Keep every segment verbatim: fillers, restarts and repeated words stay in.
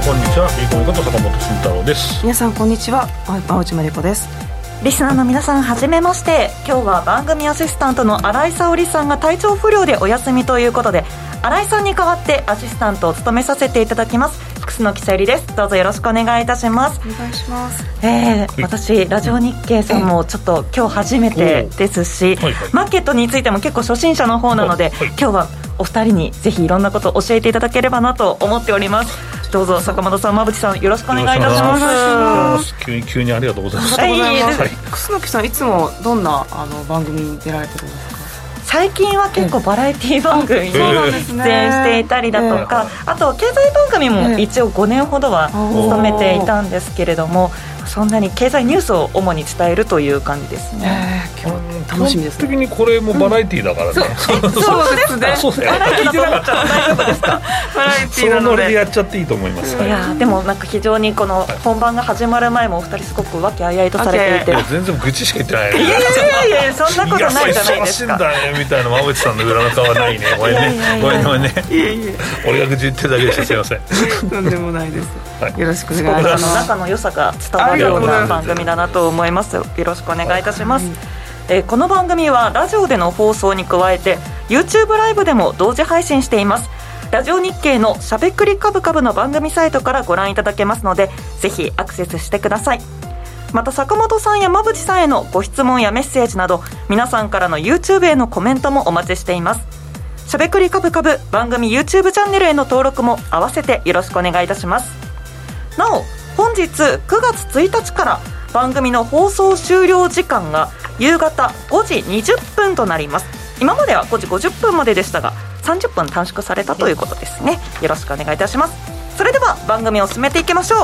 んこんにちは。ビーコミこと坂本慎太郎です。 皆さんこんにちは、青内真理子です。 リスナーの皆さんはじめまして。今日は番組アシスタントの新井沙織さんが体調不良でお休みということで、新井さんに代わってアシスタントを務めさせていただきます。楠木さゆりです。どうぞよろしくお願いいたします。 お願いします。 えー、私ラジオ日経さんもちょっと今日初めてですし、はいはい、マーケットについても結構初心者の方なので、はいはい、今日はお二人にぜひいろんなことを教えていただければなと思っております。どうぞ坂本さん、馬淵さん、よろしくお願いいたします。 急に急にありがとうございます。 ありがとうございます。はい、楠木さんいつもどんなあの番組に出られてるんですか？ 最近は結構バラエティ番組に出演していたりだとか、あと経済番組も一応ごねんほどは務めていたんですけれども、そんなに経済ニュースを主に伝えるという感じですね。 今日楽しみですね。 基本的にこれもバラエティだからね、 うん、そう, そうですね。 そうですね。 バラエティだと思っちゃう。大丈夫ですか？ バラエティなのでそのノリでやっちゃっていいと思います。 いやでもなんか非常にこの本番が始まる前もお二人すごく和気あいあいとされていて、 いや全然愚痴しか言ってない。 いやいやいやいや、そんなことないじゃないですか。 いや忙しいんだねみたいな馬淵さんの裏の顔はないね。ごめんねごめんごめんね。いやいや俺が愚痴言ってるだけでした。すいません。 とんでもないです、はい、よろしくお願いします。 仲の良さが伝わるような番組だなと思います。よろしくお願いいたします。はい、えー、この番組はラジオでの放送に加えて YouTube ライブでも同時配信しています。ラジオ日経のしゃべくりカブカブの番組サイトからご覧いただけますので、ぜひアクセスしてください。また坂本さんや馬淵さんへのご質問やメッセージなど、皆さんからの YouTube へのコメントもお待ちしています。しゃべくりカブカブ番組 YouTube チャンネルへの登録も合わせてよろしくお願いいたします。なお本日くがつついたちから番組の放送終了時間が夕方ごじにじゅっぷんとなります。今まではごじごじゅっぷんまででしたが、さんじゅっぷん短縮されたということですね。よろしくお願いいたします。それでは番組を進めていきましょう。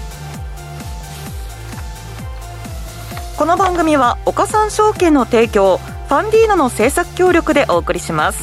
この番組は岡三証券の提供、ファンディーナの制作協力でお送りします。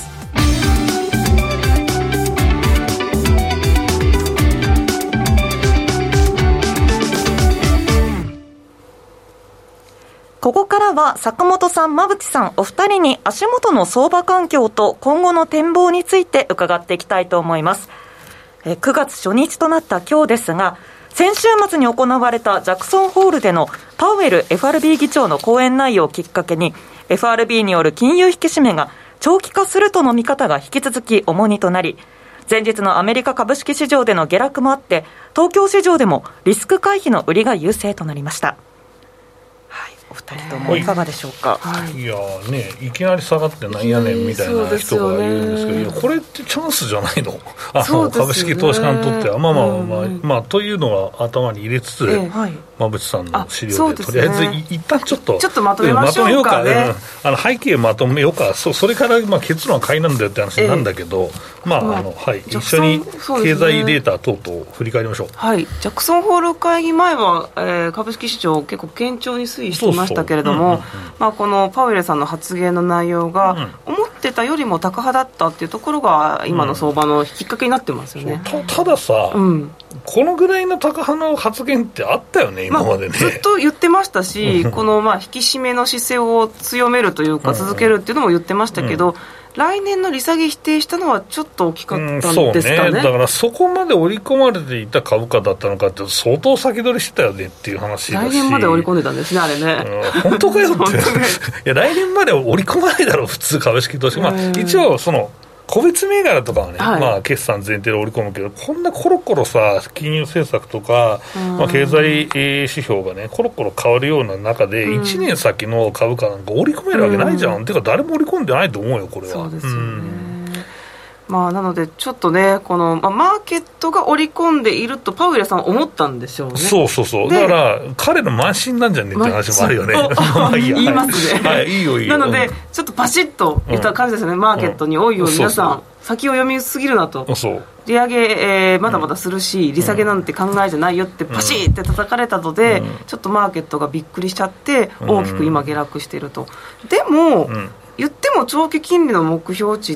ここからは坂本さん、馬淵さんお二人に足元の相場環境と今後の展望について伺っていきたいと思います。えくがつ初日となった今日ですが、先週末に行われたジャクソンホールでのパウエル エフアールビー 議長の講演内容をきっかけに エフアールビー による金融引き締めが長期化するとの見方が引き続き重荷となり、前日のアメリカ株式市場での下落もあって東京市場でもリスク回避の売りが優勢となりました。お二人ともいかがでしょうか？ はい、いやね、いきなり下がってなんやねんみたいな人がいるんですけど、いやこれってチャンスじゃないの？あの株式投資家にとってはまあまあまあ、うんまあ、というのは頭に入れつつ、えーはい、馬淵さんの資料 で, で、ね、とりあえず一旦ちょっとちょっとまとめましょうかね。まとめようか、 うん、あの背景まとめようか。 そ, それからまあ結論は買いなんだよって話なんだけど、えー、まああのはい、一緒に経済データ等々振り返りましょう。 はい、ジャクソンホール会議前は、えー、株式市場結構堅調に推移していましたけれども、まあ、このパウエルさんの発言の内容が思ってたよりも高派だったっていうところが今の相場のきっかけになってますよね。 うん、た, たださ、うん、このぐらいの高派の発言ってあったよね今までね、 まあ、ずっと言ってましたしこのまあ引き締めの姿勢を強めるというか続けるっていうのも言ってましたけど、うんうん、来年の利下げ否定したのはちょっと大きかったんですかね。うん、そうね。 だからそこまで織り込まれていた株価だったのかって相当先取りしてたよねっていう話だし、 来年まで織り込んでたんですねあれね。 うん、本当かよっていや来年まで織り込まないだろう普通株式投資、まあ、一応その個別銘柄とかはね、はい、まあ、決算前提で織り込むけど、こんなコロコロさ金融政策とか、まあ、経済指標がねコロコロ変わるような中でいちねん先の株価なんか織り込めるわけないじゃん、うん、てか誰も織り込んでないと思うよこれは。 そうですよね、うん、まあ、なのでちょっとねこの、まあ、マーケットが織り込んでいるとパウエルさんは思ったんでしょうね。 そうそうそう、だから彼の慢心なんじゃねえって話もあるよね。 まあ、いい言いますね、 はい、いいよいいよ。 なのでちょっとパシッと言った感じですよね、うん、マーケットに、おいおい皆さん、うん、先を読みすぎるなと、 そう利上げ、えー、まだまだするし、うん、利下げなんて考えじゃないよってパシッって叩かれたので、うん、ちょっとマーケットがびっくりしちゃって大きく今下落していると。でも、うん、言っても長期金利の目標値って、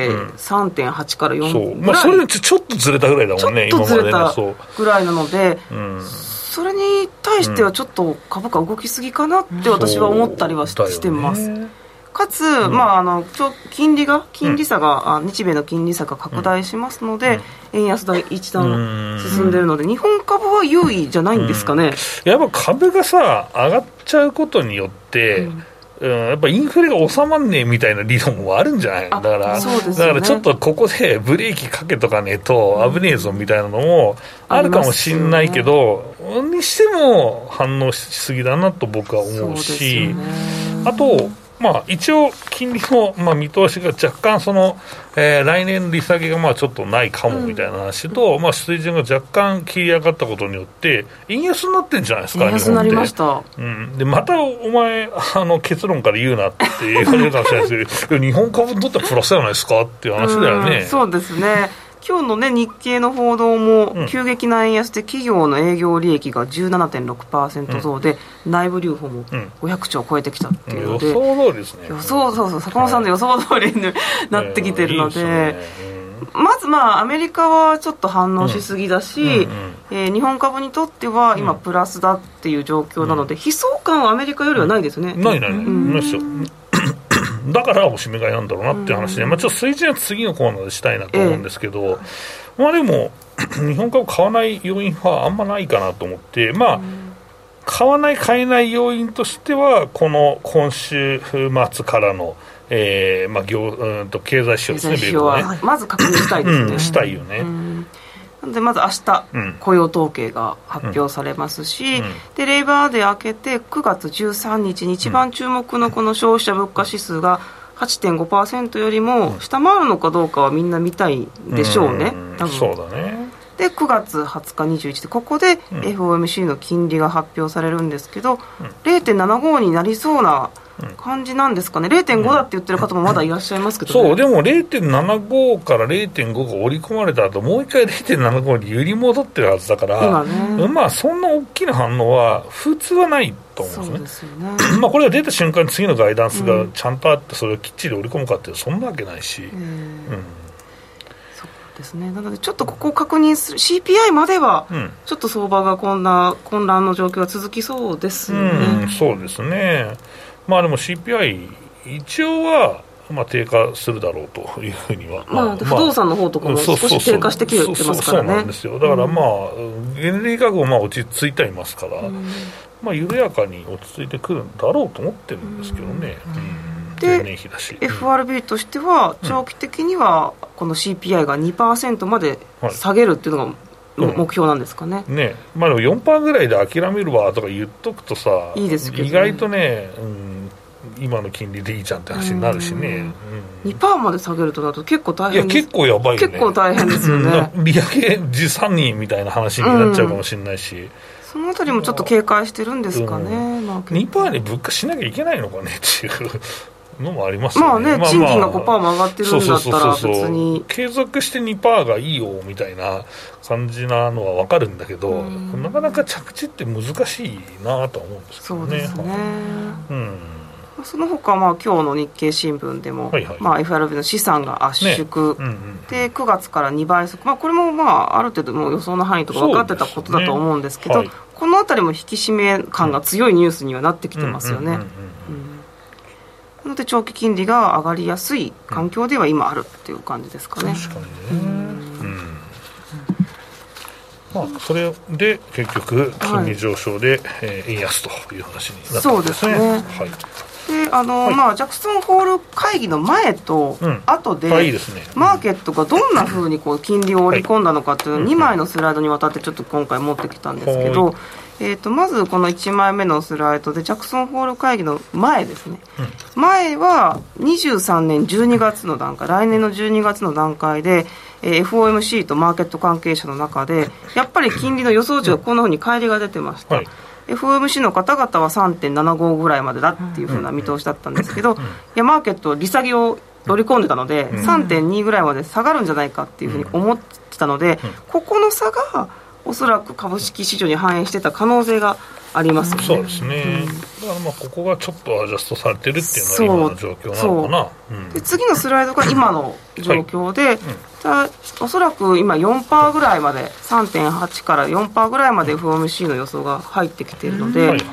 うん、さんてんはち からよんぐらい、 そう、まあ、それでちょっとずれたぐらいだもんね。 ちょっとずれたぐらいなので、うん、それに対してはちょっと株価動きすぎかなって私は思ったりはしてます。 かつ、うんまあ、あの金利が金利差が、うん、日米の金利差が拡大しますので、うん、円安が一段進んでいるので、日本株は優位じゃないんですかね。 うん、やっぱ株がさ上がっちゃうことによって、うんうん、やっぱインフレが収まんねえみたいな理論もあるんじゃないだから、そうですね、だからちょっとここでブレーキかけとかねえと危ねえぞみたいなのもあるかもしんないけど、ね、にしても反応しすぎだなと僕は思うし、あとまあ、一応、金利の、まあ、見通しが若干その、えー、来年利下げがまあちょっとないかもみたいな話と、うんまあ、水準が若干切り上がったことによって円安になってるんじゃないですか。 円安になりました、 うん、でまたお前あの結論から言うなって言われるかもしれないですけど日本株にとってはプラスじゃないですかっていう話だよね。 うんそうですね。今日の、ね、日経の報道も急激な円安で企業の営業利益が じゅうななてんろくパーセント 増で、うん、内部留保もごひゃくちょうを超えてきたっていうので、 うん、予想通りですね。予想そうそう坂本さんの予想通りになってきてるので、はいまず、まあ、アメリカはちょっと反応しすぎだし、うんうんうんえー、日本株にとっては今プラスだっていう状況なので、うん、悲壮感はアメリカよりはないですね。 うん、ないないない、うん、ないですよだからおしめ買いなんだろうなっていう話で、うんまあ、ちょっと水準は次のコーナーでしたいなと思うんですけど、ええ、まあでも日本株買わない要因はあんまないかなと思って、まあ、うん、買わない買えない要因としてはこの今週末からの、えーまあ、業うんと経済指標ですね。 経済指標は、ね、まず確認したいですね、 うん、したいよね、 うんでまず明日、うん、雇用統計が発表されますし、うん、でレイバーデー明けてくがつじゅうさんにちに一番注目のこの消費者物価指数が はちてんごパーセント よりも下回るのかどうかはみんな見たいでしょうね、 うん、多分そうだね。 でくがつはつかにじゅういちでここで エフオーエムシー の金利が発表されるんですけど、うん、ゼロてんななご になりそうな感じなんですかね。 ゼロてんご だって言ってる方もまだいらっしゃいますけど、ね、 そうでも ゼロてんななご から ゼロてんご が織り込まれた後もう一回 ゼロてんななご に揺り戻ってるはずだから今、ね、まあそんな大きな反応は普通はないと思うんですね。そうですよねまあこれが出た瞬間に次のガイダンスがちゃんとあってそれをきっちり織り込むかっていうそんなわけないし、うんうんですね、なのでちょっとここを確認する シーピーアイ まではちょっと相場がこんな混乱の状況が続きそうですよね、 うん、そうですね。まあでも シーピーアイ 一応はまあ低下するだろうというふうには、 まあまあ、不動産の方とかも少し低下してきてますからね。そうなんですよ。だからまあ、うん、原理価格もまあ落ち着いていますから、うんまあ、緩やかに落ち着いてくるんだろうと思ってるんですけどね、うんうんで エフアールビー としては長期的にはこの シーピーアイ が にパーセント まで下げるっていうのが目標なんですかね、 うんねまあ、でも よんパーセント ぐらいで諦めるわとか言っとくとさいいですけど、ね、 意外とね、うん、今の金利でいいじゃんって話になるしね、うんうん、にパーセント まで下げるとなると結構大変です。 いや結構やばいよね。 結構大変ですよね利上げ持参人みたいな話になっちゃうかもしれないし、うんそのあたりもちょっと警戒してるんですかね、うん、 まあ、にパーセント に物価しなきゃいけないのかねっていうのもありますよね。 まあね、賃金が ごパーセント も上がってるんだったら別に継続して にパーセント がいいよみたいな感じなのは分かるんだけど、うん、なかなか着地って難しいなとは思うんですけどね。 そうですね、 うんその他まあ今日の日経新聞でも、はいはいまあ、エフアールビー の資産が圧縮、ねうんうん、でくがつからにばい速、まあ、これもまあある程度もう予想の範囲とか分かってたことだと思うんですけど、ねはい、このあたりも引き締め感が強いニュースにはなってきてますよね。なので長期金利が上がりやすい環境では今あるっていう感じですかね。 確かにね、うんうんまあ、それで結局金利上昇で、はいえー、円安という話になったんですね。 そうですね、はいであのはいまあ、ジャクソンホール会議の前と後で、 うんいいですね、 マーケットがどんなふうにこう金利を織り込んだのかっていうのをにまいのスライドにわたってちょっと今回持ってきたんですけど、えー、とまずこのいちまいめのスライドでジャクソンホール会議の前ですね、うん、前はにじゅうさんねんじゅうにがつの段階来年のじゅうにがつの段階で、えー、エフオーエムシー とマーケット関係者の中でやっぱり金利の予想値がこんなふうに乖離が出てました、はいエフオーエムシー の方々は さんてんななご ぐらいまでだっていう風な見通しだったんですけど、いやマーケット利下げを織り込んでたので さんてんに ぐらいまで下がるんじゃないかっていう風に思ってたので、ここの差がおそらく株式市場に反映してた可能性がありますよね。 そうですね、うん、だからまあここがちょっとアジャストされてるっていうのは今の状況なのかな、うん、 で次のスライドが今の状況で、はいうん、おそらく今 よんパーセント ぐらいまで さんてんはち から よんパーセント ぐらいまで エフオーエムシー の予想が入ってきているので、はいはい、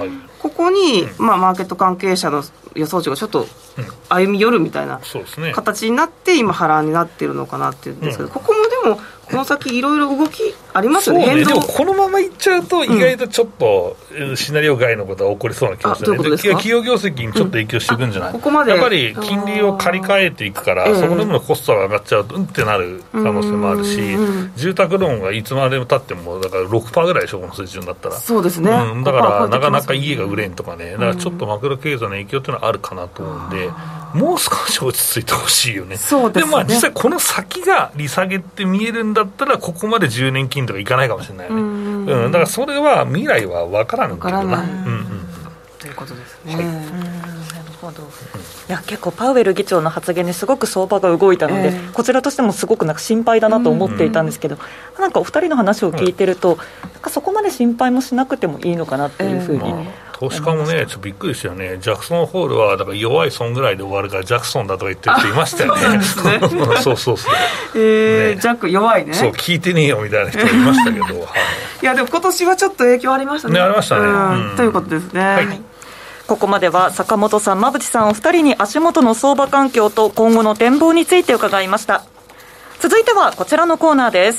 ここに、うんまあ、マーケット関係者の予想値がちょっと歩み寄るみたいな形になって今波乱になってるのかなっていうんですけど、うん、ここもでもこの先いろいろ動きありますよね。 そうね、でもこのままいっちゃうと意外とちょっとシナリオ外のことが起こりそうな気がする、ね、 どういうことですか。 企業業績にちょっと影響していくんじゃない、うん、 ここまでやっぱり金利を借り換えていくから、そこでもコストが上がっちゃうとうんってなる可能性もあるし、住宅ローンがいつまでも経ってもだから ろくパーセント ぐらいでしょ、この水準だったら。 そうですね、 うん、だからなかなか家が売れんとかね、だからちょっとマクロ経済の影響っていうのはあるかなと思うんで、もう少し落ち着いてほしいよね。 そうですね。 で、まあ、実際この先が利下げって見えるんだったらここまでじゅうねん金とかいかないかもしれないよね。うん、うん、だからそれは未来は分からんけどな。分からない、うんうん、 ということですね、 はい、うん、なるほど。いや結構パウエル議長の発言にすごく相場が動いたので、えー、こちらとしてもすごくなんか心配だなと思っていたんですけど、うんうん、なんかお二人の話を聞いてると、うん、なんかそこまで心配もしなくてもいいのかなっていうふうに、えーまあ投資家もね、ちょっとびっくりしたよね。ジャクソンホールはだから弱い損ぐらいで終わるからジャクソンだとか言ってる人いましたよね。そうそうそう、 えーね、ジャック弱いね。 そう聞いてねえよみたいな人いましたけど、はい、 いやでも今年はちょっと影響ありましたね。 ね、ありましたね、 うんうん、ということですね、はい。 ここまでは坂本さん、馬淵さんお二人に足元の相場環境と今後の展望について伺いました。続いてはこちらのコーナーです。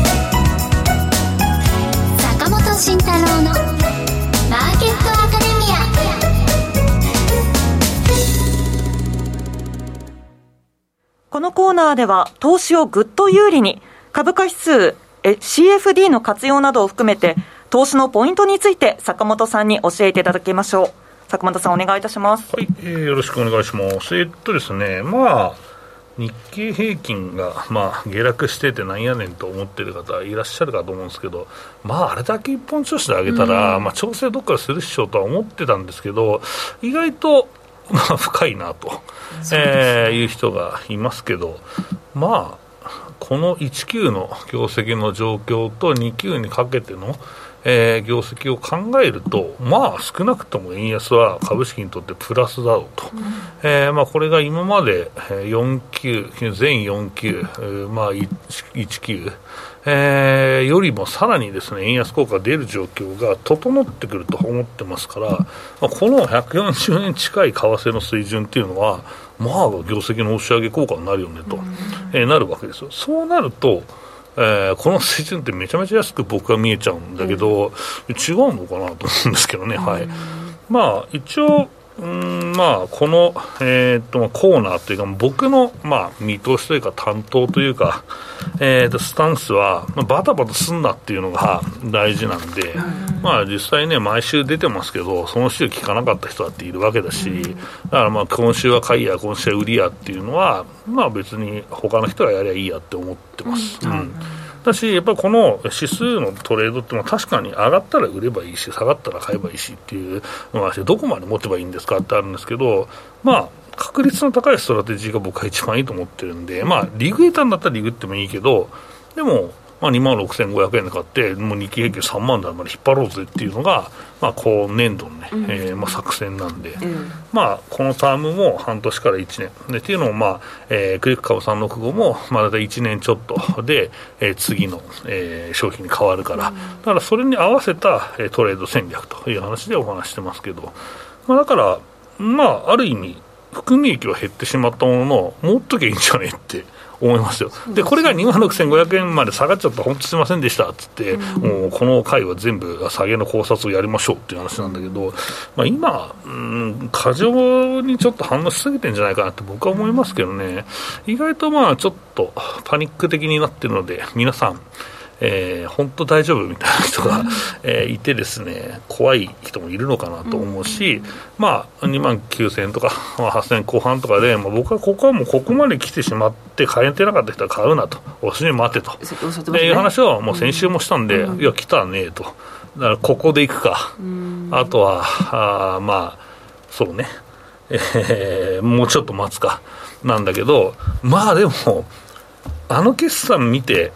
坂本慎太郎のマーケットアカデミア。 このコーナーでは投資をぐっと有利に株価指数 シーエフディー の活用などを含めて投資のポイントについて坂本さんに教えていただきましょう。坂本さんお願いいたします。 はい、えー、よろしくお願いします。えー、っとですねまあ日経平均が、まあ、下落しててなんやねんと思っている方いらっしゃるかと思うんですけど、まあ、あれだけ一本調子で上げたら、うんまあ、調整どっからするっしょとは思ってたんですけど、意外と、まあ、深いなと、えー、いう人がいますけど、まあ、このいち級の業績の状況とに級にかけてのえー、業績を考えると、まあ、少なくとも円安は株式にとってプラスだろうと、うんえーまあ、これが今までよん級、全よん級、えーまあ、いち級、えー、よりもさらにですね円安効果が出る状況が整ってくると思ってますから、まあ、このひゃくよんじゅうえん近い為替の水準っていうのは、まあ、業績の押し上げ効果になるよねと、うんえー、なるわけですよ。そうなるとえー、この水準ってめちゃめちゃ安く僕は見えちゃうんだけど、うん、違うのかなと思うんですけどね、うんはいまあ、一応、うんまあ、この、えー、っとコーナーというか僕の、まあ、見通しというか担当というか、えー、とスタンスは、まあ、バタバタすんなっていうのが大事なんで、うんまあ、実際ね毎週出てますけどその週聞かなかった人だっているわけだし、うん、だからまあ今週は買いや今週は売りやっていうのは、まあ、別に他の人がやりゃいいやって思ってます、うんうんだしやっぱりこの指数のトレードって確かに上がったら売ればいいし下がったら買えばいいしっていうのがどこまで持てばいいんですかってあるんですけど、まあ確率の高いストラテジーが僕は一番いいと思ってるんで、まあリグ得たんだったらリグってもいいけど、でもまあ、にまんろくせんごひゃくえんで買ってもう日経平均さんまん台まで引っ張ろうぜっていうのが、まあ、今年度の、ねうんえーまあ、作戦なんで、うんまあ、このタームも半年からいちねんでっていうのも、まあえー、クリック株さんびゃくろくじゅうごも、まあ、だいたいいちねんちょっとで、えー、次の、えー、商品に変わるから、うん、だからそれに合わせた、えー、トレード戦略という話でお話してますけど、まあ、だから、まあ、ある意味含み益は減ってしまったものの持っときゃいいんじゃねって思いますよ。でこれがにまんろくせんごひゃくえんまで下がっちゃったら本当すいませんでしたっつって、うん、もうこの回は全部下げの考察をやりましょうっていう話なんだけど、まあ、今、うん、過剰にちょっと反応しすぎてんじゃないかなって僕は思いますけどね。意外とまあちょっとパニック的になってるので皆さんえー、本当大丈夫みたいな人が、えー、いてですね怖い人もいるのかなと思うし、まあ、にまんきゅうせんえんとか、まあ、はっせんえんこう半とかで、まあ、僕はここはもうここまで来てしまって買えてなかった人は買うなとおしに待てと、ね、いう話はもう先週もしたんで、うん、いや来たねとだからここで行くか、うん、あとはあまあそうね、えー、もうちょっと待つかなんだけど、まあでもあの決算見て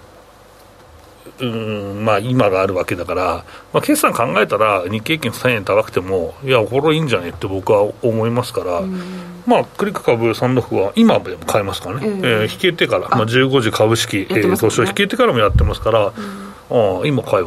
うんまあ、今があるわけだから、まあ、決算考えたら日経平均さんえん高くてもいやこれいいんじゃねって僕は思いますから、うんまあ、クリック株さんびゃくろくじゅうは今でも買えますからね、うんえー、引けてから、まあ、じゅうごじ株式、えー、東証引けてからもやってますから、うん、あ今買えばって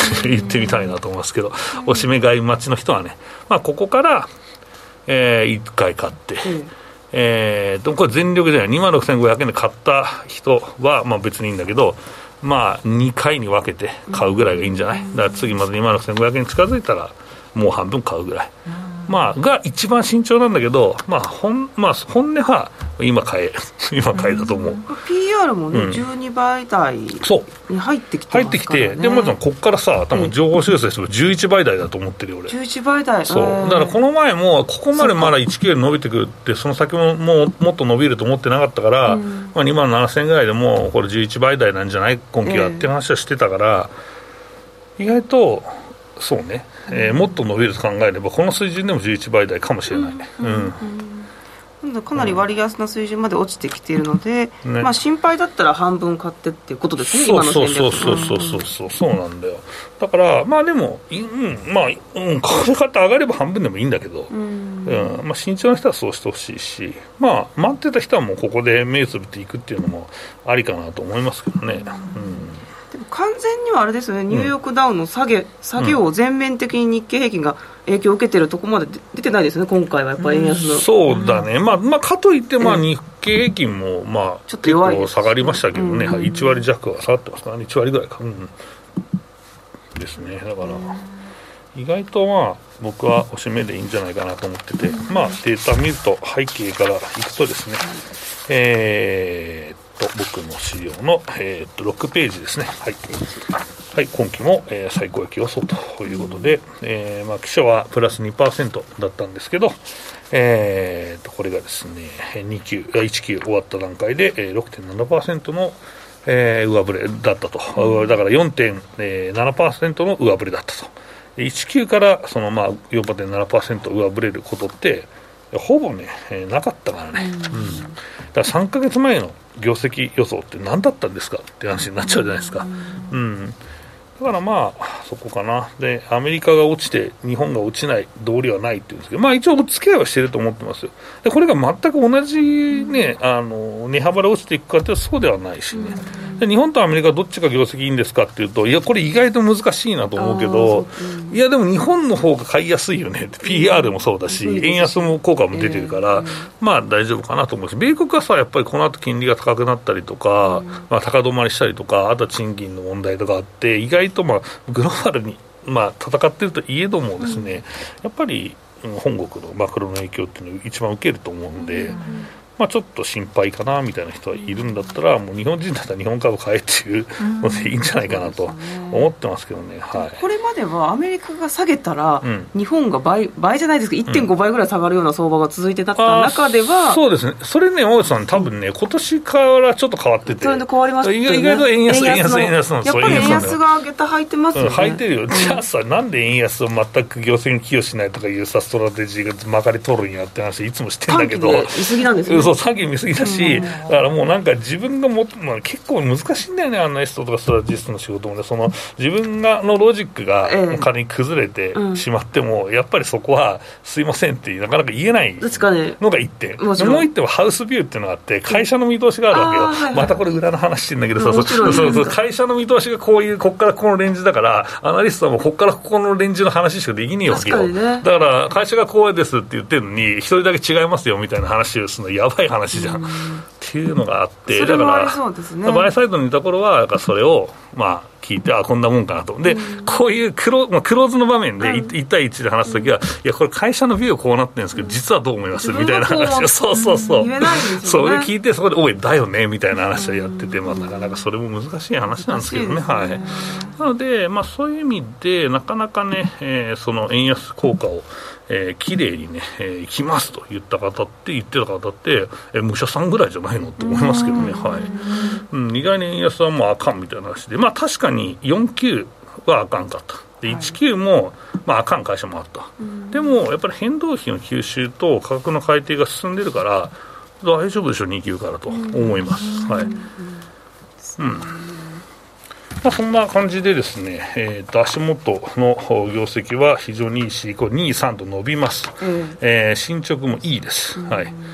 言ってみたいなと思いますけど、おしめ買い待ちの人はね、まあ、ここから、えー、いっかい買って、うんえー、これ全力じゃない、にまんろくせんごひゃくえんで買った人は、まあ、別にいいんだけど、まあ、にかいに分けて買うぐらいがいいんじゃない。だから次まずにまんろくせんごひゃくえんに近づいたらもう半分買うぐらい、まあ、が一番慎重なんだけど、まあ本まあ、本音は今買え今買えだと思う。 ピーアール もね、うん、じゅうにばい台に入ってきてますからね。 入ってきて、でもここからさ、多分情報修正してもじゅういちばい台だと思ってるよ俺。 じゅういちばい台、 そうだからこの前もここまでまだいちきゅう伸びてくるって、その先ももうもっと伸びると思ってなかったから、うんまあ、にまんななせんぐらいでもこれじゅういちばい台なんじゃない今期はって話はしてたから、意外とそうね、えー、もっと伸びると考えればこの水準でもじゅういちばい台かもしれない、うんうんうんかなり割安な水準まで落ちてきているので、ねまあ、心配だったら半分買ってっていうことですね、今の戦略。 そうそうそうそうそうそうなんだよ。だからまあでも、うんまあうん、これ買って上がれば半分でもいいんだけど、うんうんまあ、慎重な人はそうしてほしいし、まあ、待ってた人はもうここで目つぶっていくっていうのもありかなと思いますけどね、うんでも完全にはあれですよね、ニューヨークダウンの下げ、うん、下げを全面的に日経平均が影響を受けているところまで出てないですね、今回はやっぱり円安の、 うん、そうだね、まあまあ、かといって、まあ、日経平均も、まあ、 ちょっと弱い結構下がりましたけどね、うん、いちわり弱は下がってますからね、いちわりぐらいか、うん、ですね。だから、意外とまあ僕はおしめでいいんじゃないかなと思ってて、まあ、データ見ると背景からいくとですね、えー、っと僕の資料の、えー、っとろくページですね、はい、はい、今期も、えー、最高益予想ということで、えーまあ、期初はプラス にパーセント だったんですけど、えー、っとこれがですねに級いち級終わった段階で、えー、ろくてんななパーセント のえー、上振れだったと、うん、だから よんてんななパーセント の上振れだったと。いち級からそのまあ よんてんななパーセント 上振れることってほぼね、えー、なかったからね、うんうん、だからさんかげつまえの業績予想って何だったんですかって話になっちゃうじゃないですか、うん、うん、だからまあそこかな。でアメリカが落ちて日本が落ちない道理はないっていうんですけど、まあ一応お付き合いはしてると思ってますよ。でこれが全く同じね、あの値幅で落ちていくかってそうではないしね、で日本とアメリカどっちが業績いいんですかっていうと、いやこれ意外と難しいなと思うけど、うん、いやでも日本の方が買いやすいよねって、 ピーアール もそうだし、うん、円安も効果も出てるから、えー、まあ大丈夫かなと思うし、米国はさやっぱりこの後金利が高くなったりとか、うんまあ、高止まりしたりとか、あとは賃金の問題とかあって、意外とまあグローバルにまあ戦っているといえどもですね、うん、やっぱり本国のマクロの影響っていうのを一番受けると思うんで、うんまあ、ちょっと心配かなみたいな人はいるんだったら、もう日本人だったら日本株買えっていうのでいいんじゃないかなと思ってますけどね、うんはい、 これまではアメリカが下げたら、うん、日本が 倍, 倍じゃないですか いってんご 倍ぐらい下がるような相場が続いてた中では、 そうですね、それね大内さん多分ね今年からちょっと変わってて、 それで変わりましたね、 意外と円安円安円安なんですよ。 やっぱり円安が上げた履いてますよね、 うん、履いてるよ、じゃあさ、なんで円安を全く業績に寄与しないとかいうさストラテジーがまかり通るんやって話いつもしてんだけど、 短期で見過ぎなんですよね。 そう短期見過ぎだし、だからもうなんか自分がも、まあ、結構難しいんだよね、アナリストとかストラテジストの仕事もね。その自分がのロジックが仮に崩れてしまっても、ええうん、やっぱりそこはすいませんってなかなか言えないのがいってん、もう一点はハウスビューっていうのがあって、会社の見通しがあるわけよ、はいはい、またこれ裏の話してんだけどさ、そうそうそう、会社の見通しがこういうこっからここのレンジだから、アナリストはもうこっからここのレンジの話しかできねえわけよ、ね、だから会社がこうですって言ってるのに一人だけ違いますよみたいな話をするのやばい話じゃん、うんっていうのがあって、 だからバイサイドにいた頃はそれをまあ聞いて、あこんなもんかなと。で、うん、こういうクロ、まあ、クローズの場面でいち対いちで話すときは、うん、いやこれ会社のビューこうなってるんですけど、実はどう思いますみたいな話を、そうそうそう、 言えないですよね、 それ聞いてそこでおいだよねみたいな話をやってて、まあ、なかなかそれも難しい話なんですけどね、はい、なので、まあ、そういう意味でなかなかね、えー、その円安効果をえー、きれいにね、えー、行きますと言った方って言ってた方って、えー、武者さんぐらいじゃないのって思いますけどね、はい、うん、意外に円安はもうあかんみたいな話で、まあ確かによん級はあかんかったで、いち級も、まあ、あかん会社もあった、でもやっぱり変動費の吸収と価格の改定が進んでるから大丈夫でしょに級からと思います、はい、うんまあ、そんな感じでですね、えー、と足元の業績は非常にいいし、これに、さんと伸びます、うん、えー、進捗もいいです、うん、はい、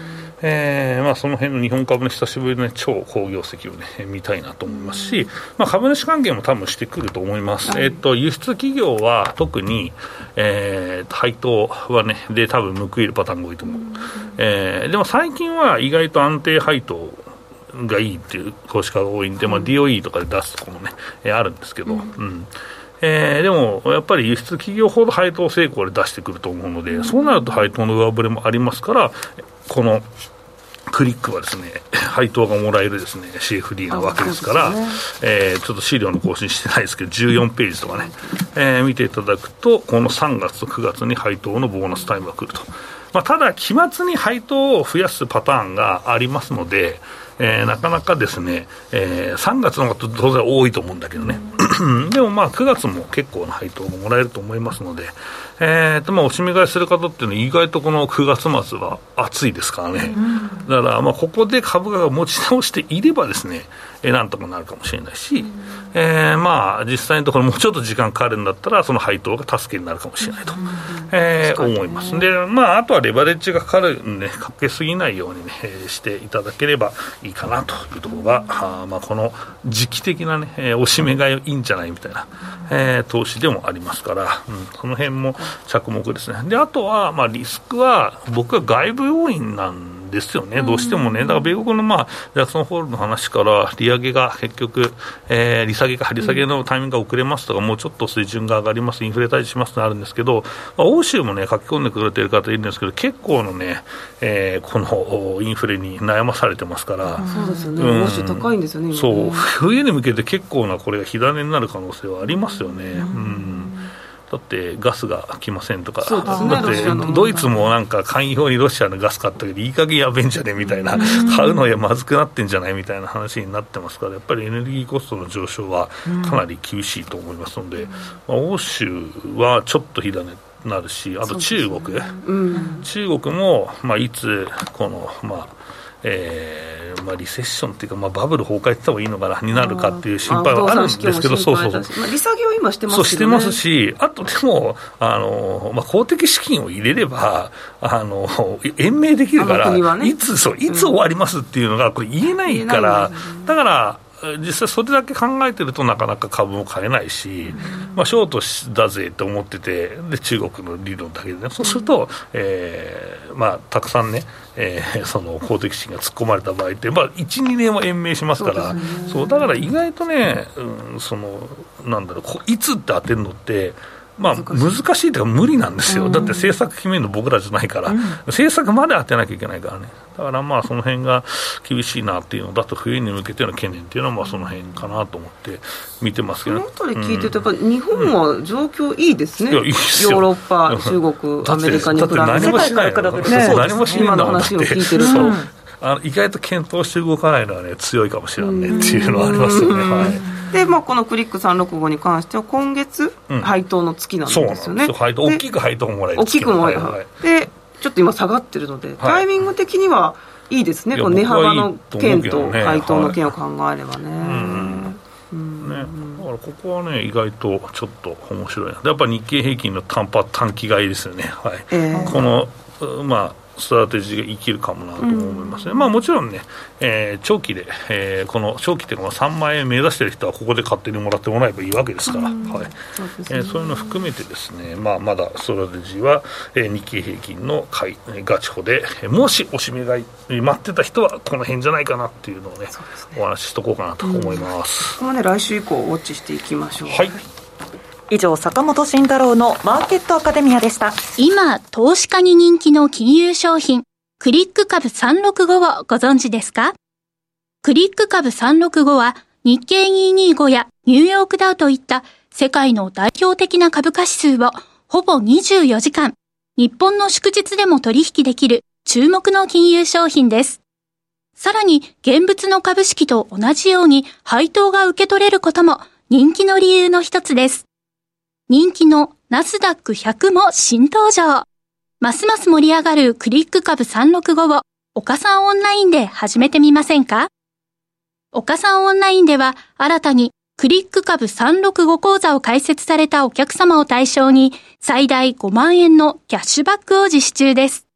えーまあ、その辺の日本株の久しぶりの、ね、超好業績を、ね、見たいなと思いますし、まあ、株主還元も多分してくると思います、はい、えー、と輸出企業は特に、えー、配当は、ね、で多分報いるパターンが多いと思う、えー、でも最近は意外と安定配当がいいっていう投資家が多いんで、まあ、ディーオーイー とかで出すところも、ね、あるんですけど、うんうんえー、でもやっぱり輸出企業ほど配当成功で出してくると思うので、そうなると配当の上振れもありますから、このクリックはですね配当がもらえるですね シーエフディー なわけですから、ねえー、ちょっと資料の更新してないですけどじゅうよんページとかね、えー、見ていただくとこのさんがつとくがつに配当のボーナスタイムが来ると、まあ、ただ期末に配当を増やすパターンがありますので、えー、なかなかですね、えー、さんがつの方が当然多いと思うんだけどねでもまあくがつも結構な配当がもらえると思いますので、えーとまあ、おしめ買いする方っていうのは意外とこのくがつ末は暑いですからね、だからまあここで株価が持ち直していればですね、えー、なんとかなるかもしれないし、えー、まあ実際のところもうちょっと時間かかるんだったらその配当が助けになるかもしれないと、えー、思いますで、まあ、あとはレバレッジがかかるんでかけすぎないように、ねえー、していただければいいかなというところが、あまあこの時期的な、ねえー、おしめ買いいいんじゃないみたいな、えー、投資でもありますから、うん、その辺も着目ですね。であとは、まあ、リスクは僕は外部要因なんですよね、どうしてもね。だから米国の、まあ、ジャクソンホールの話から利上げが結局、えー、利下げか利下げのタイミングが遅れますとか、もうちょっと水準が上がります、インフレ退治しますとあるんですけど、まあ、欧州もね書き込んでくれている方いるんですけど、結構のね、えー、このインフレに悩まされてますから、 うん、そうですよね、欧州高いんですよね、今ね。 そう、冬に向けて結構なこれが火種になる可能性はありますよね。うん、うんだってガスが来ませんとか、 そうですね、 だってドイツもなんか寛容にロシアのガス買ったけどいい加減やべえんじゃねみたいな、買うのやまずくなってんじゃないみたいな話になってますから、やっぱりエネルギーコストの上昇はかなり厳しいと思いますので、まあ、欧州はちょっと火種になるし、あと中国、ねうん、中国も、まあ、いつこの、まあえーまあ、リセッションっていうか、まあ、バブル崩壊って言った方がいいのかなになるかっていう心配はあるんですけど、そうそうそう、 まあ、利下げを今してますけどね。そうしてますし、あとでもあの、まあ、公的資金を入れればあの延命できるから、ね、いつそういつ終わりますっていうのがこれ言えないから、うん、だから実際それだけ考えてるとなかなか株も買えないし、まあ、ショートだぜと思ってて、で中国の理論だけでね、そうすると、えーまあ、たくさんね、えー、その公的資金が突っ込まれた場合って、まあ、いち、にねんは延命しますから、そうですね、そうだから意外とね、うん、そのなんだろう、いつって当てるのってまあ、難しいというか無理なんですよ、うん、だって政策決めるの僕らじゃないから、うん、政策まで当てなきゃいけないからね。だからまあその辺が厳しいなっていうのだと、冬に向けての懸念っていうのはまあその辺かなと思って見てますけど、 そのあたり聞いてるとやっぱ日本は状況いいですね、うん、いいですよ。ヨーロッパ、中国、アメリカに比べて何もしないの、ね、何もしないんだもん。 今の話を聞いてると、 そうあの意外と検討して動かないのは、ね、強いかもしれないねっていうのはありますよね。はいでまあ、このクリックさんろくごに関しては今月、うん、配当の月なんですよね。 そうなんですよ、配当大きく配当ももらえる大きくもらえる、はいはい、でちょっと今下がってるので、はい、タイミング的にはいいですね、この値幅の件と配当の件を考えればね、はいうんうんね、だからここはね意外とちょっと面白いな。やっぱり日経平均の短波短期買いですよね、はいえー、このまあストラテジーが生きるかもなと思いますね、うんまあ、もちろんね、えー、長期で、えー、この長期っていうのはさんまんえん目指している人はここで勝手にもらってもらえばいいわけですから、うんはいそうですねえー、そういうのを含めてですね、まあ、まだストラテジーは、えー、日経平均の買いガチホで、もしおしめ買い待ってた人はこの辺じゃないかなっていうのを ね, ねお話ししとこうかなと思います、 うん、ここはね来週以降ウォッチしていきましょう。 はい、 以上坂本慎太郎のマーケットアカデミアでした。 今投資家に人気の金融商品クリック株さんろくごをご存知ですか？クリック株さんろくごは日経にひゃくにじゅうごやニューヨークダウといった世界の代表的な株価指数をほぼにじゅうよじかん日本の祝日でも取引できる注目の金融商品です。さらに現物の株式と同じように配当が受け取れることも人気の理由の一つです。人気のナスダックひゃくも新登場。ますます盛り上がるクリック株さんろくごを岡さんオンラインで始めてみませんか？岡さんオンラインでは新たにクリック株さんろくご講座を開設されたお客様を対象に最大ごまんえんのキャッシュバックを実施中です。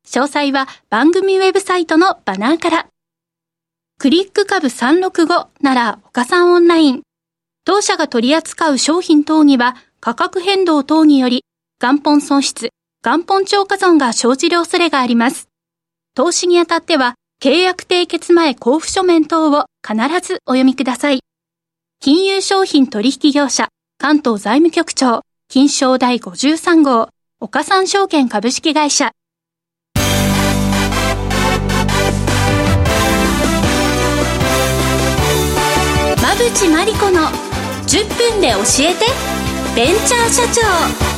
詳細は番組ウェブサイトのバナーから。クリック株さんろくごなら岡さんオンライン。当社が取り扱う商品等には価格変動等により元本損失、元本超過損が生じる恐れがあります。投資にあたっては契約締結前交付書面等を必ずお読みください。金融商品取引業者関東財務局長金商第ごじゅうさん号岡三証券株式会社。馬淵真理子のじゅっぷんで教えてベンチャー社長。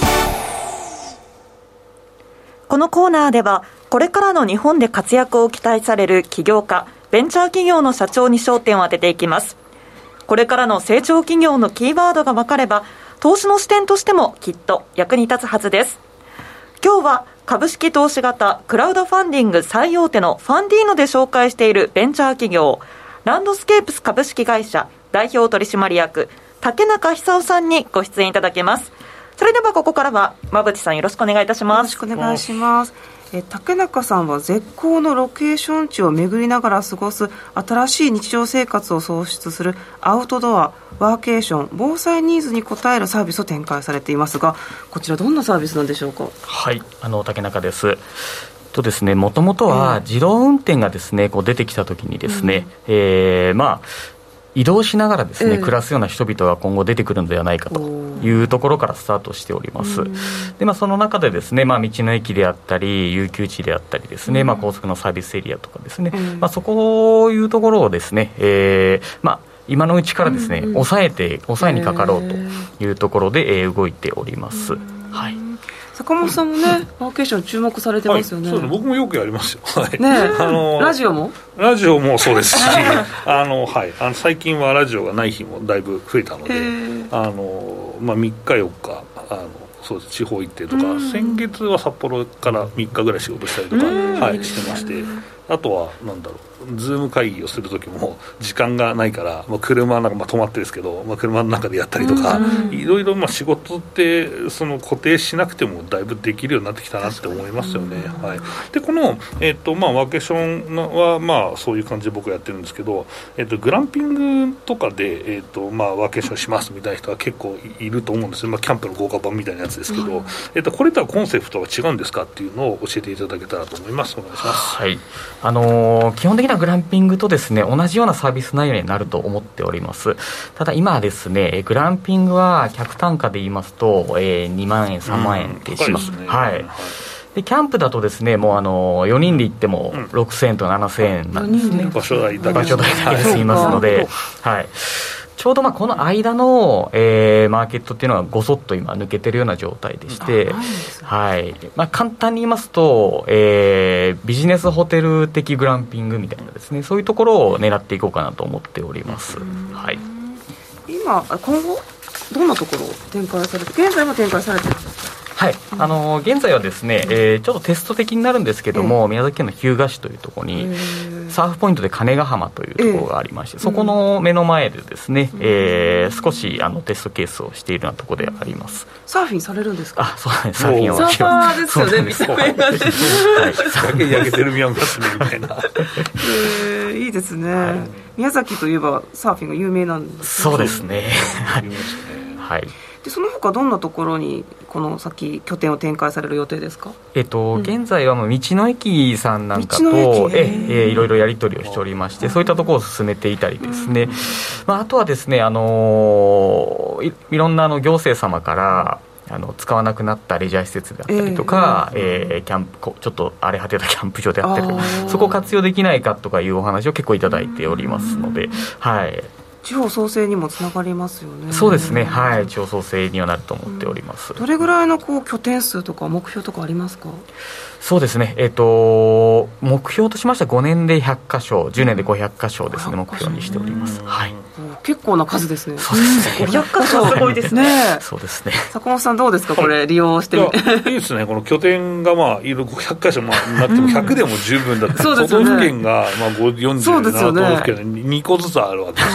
このコーナーではこれからの日本で活躍を期待される起業家ベンチャー企業の社長に焦点を当てていきます。これからの成長企業のキーワードが分かれば投資の視点としてもきっと役に立つはずです。今日は株式投資型クラウドファンディング最大手のファンディーノで紹介しているベンチャー企業ランドスケープス株式会社代表取締役竹中久夫さんにご出演いただきます。それではここからは馬淵さんよろしくお願いいたします。 よろしくお願いします。え竹中さんは絶好のロケーション地を巡りながら過ごす新しい日常生活を創出するアウトドア、ワーケーション、防災ニーズに応えるサービスを展開されていますが、こちらどんなサービスなんでしょうか。 はい、あの竹中です。とですね、もともとは自動運転がですねこう出てきたときにですね、うんえー、まあ移動しながらですね、えー、暮らすような人々が今後出てくるのではないかというところからスタートしております。で、まあ、その中でですね、まあ、道の駅であったり有給地であったりですね、まあ、高速のサービスエリアとかですね、まあ、そこいうところをですね、えーまあ、今のうちからですね、うんうん、抑えて抑えにかかろうというところで、えー、動いております。はい。 坂本さんもね、ワーケーション注目されてますよね。 はい、そうです。僕もよくやりますよ。はい。 ねあのラジオもラジオもそうですしあの、はい、あの最近はラジオがない日もだいぶ増えたので、あの、まあ、みっかよっかあのそうです地方行ってとか、先月は札幌からみっかぐらい仕事したりとか、はい、してまして、あとはなんだろうズーム会議をするときも時間がないから、まあ、車の中、まあ、止まってるんですけど、まあ、車の中でやったりとか、いろいろまあ仕事ってその固定しなくてもだいぶできるようになってきたなって思いますよね。はい、でこの、えーとまあ、ワーケーションは、まあ、そういう感じで僕はやってるんですけど、えーとグランピングとかで、えーとまあ、ワーケーションしますみたいな人は結構 い, いると思うんですよ、まあ、キャンプの豪華版みたいなやつですけど、えーとこれとはコンセプトは違うんですかっていうのを教えていただけたらと思います。お願いします。 はい、あのー、基本的なグランピングとですね同じようなサービス内容になると思っております。ただ今はですねグランピングは客単価で言いますと、えー、にまんえんさんまんえんでします、うんねはい、でキャンプだとですねもうあのよにんで行ってもろくせんえんとななせんえんなんですね、うん、 場所代だけ場所代だけで済みますので、はい、ちょうどまあこの間の、えー、マーケットっていうのがごそっと今抜けてるような状態でして、はいまあ、簡単に言いますと、えー、ビジネスホテル的グランピングみたいなですねそういうところを狙っていこうかなと思っております。はい、 今今後どんなところを展開されて現在も展開されてるんですか。 はい、あのー、現在はですね、えー、ちょっとテスト的になるんですけども、宮崎県の日向市というところにサーフポイントで金ヶ浜というところがありまして、そこの目の前でですね、えー、少しあのテストケースをしているようなところであります。 サーフィンされるんですか。 あ、そうです。サーフィンはサーファーですよね。見た目がね。 だけ焼けてる宮崎みたいな。 えー、いいですね、はい。宮崎といえばサーフィンが有名なんですね。そうですね。はい。 でその他どんなところにこの先拠点を展開される予定ですか。 えっと、うん、現在はもう道の駅さんなんかとええいろいろやり取りをしておりまして、そういったところを進めていたりですね、うんまあ、あとはですね、あのー、い, いろんなあの行政様からあの使わなくなったレジャー施設であったりとか、えーえー、キャンプちょっと荒れ果てたキャンプ場であったりとか、そこを活用できないかとかいうお話を結構いただいておりますので、はい地方創生にもつながりますよね。 そうですね、はい、地方創生にはなると思っております、 うん、どれぐらいのこう拠点数とか目標とかありますか。 そうですね、えー、と目標としましてはごねんでひゃっかしょじゅうねんでごひゃっかしょですね、目標にしております、はい、 結構な数ですね。 そうですね、 ごひゃっかしょすごいですね。 そうですね。 坂本さんどうですか、これ利用してみて。 いいですね、この拠点がまあいろごひゃっかしょまあなくてもひゃくでも十分だって、都道府県がまあよんじゅうなな都道府県でにこずつあるわけですかね。そ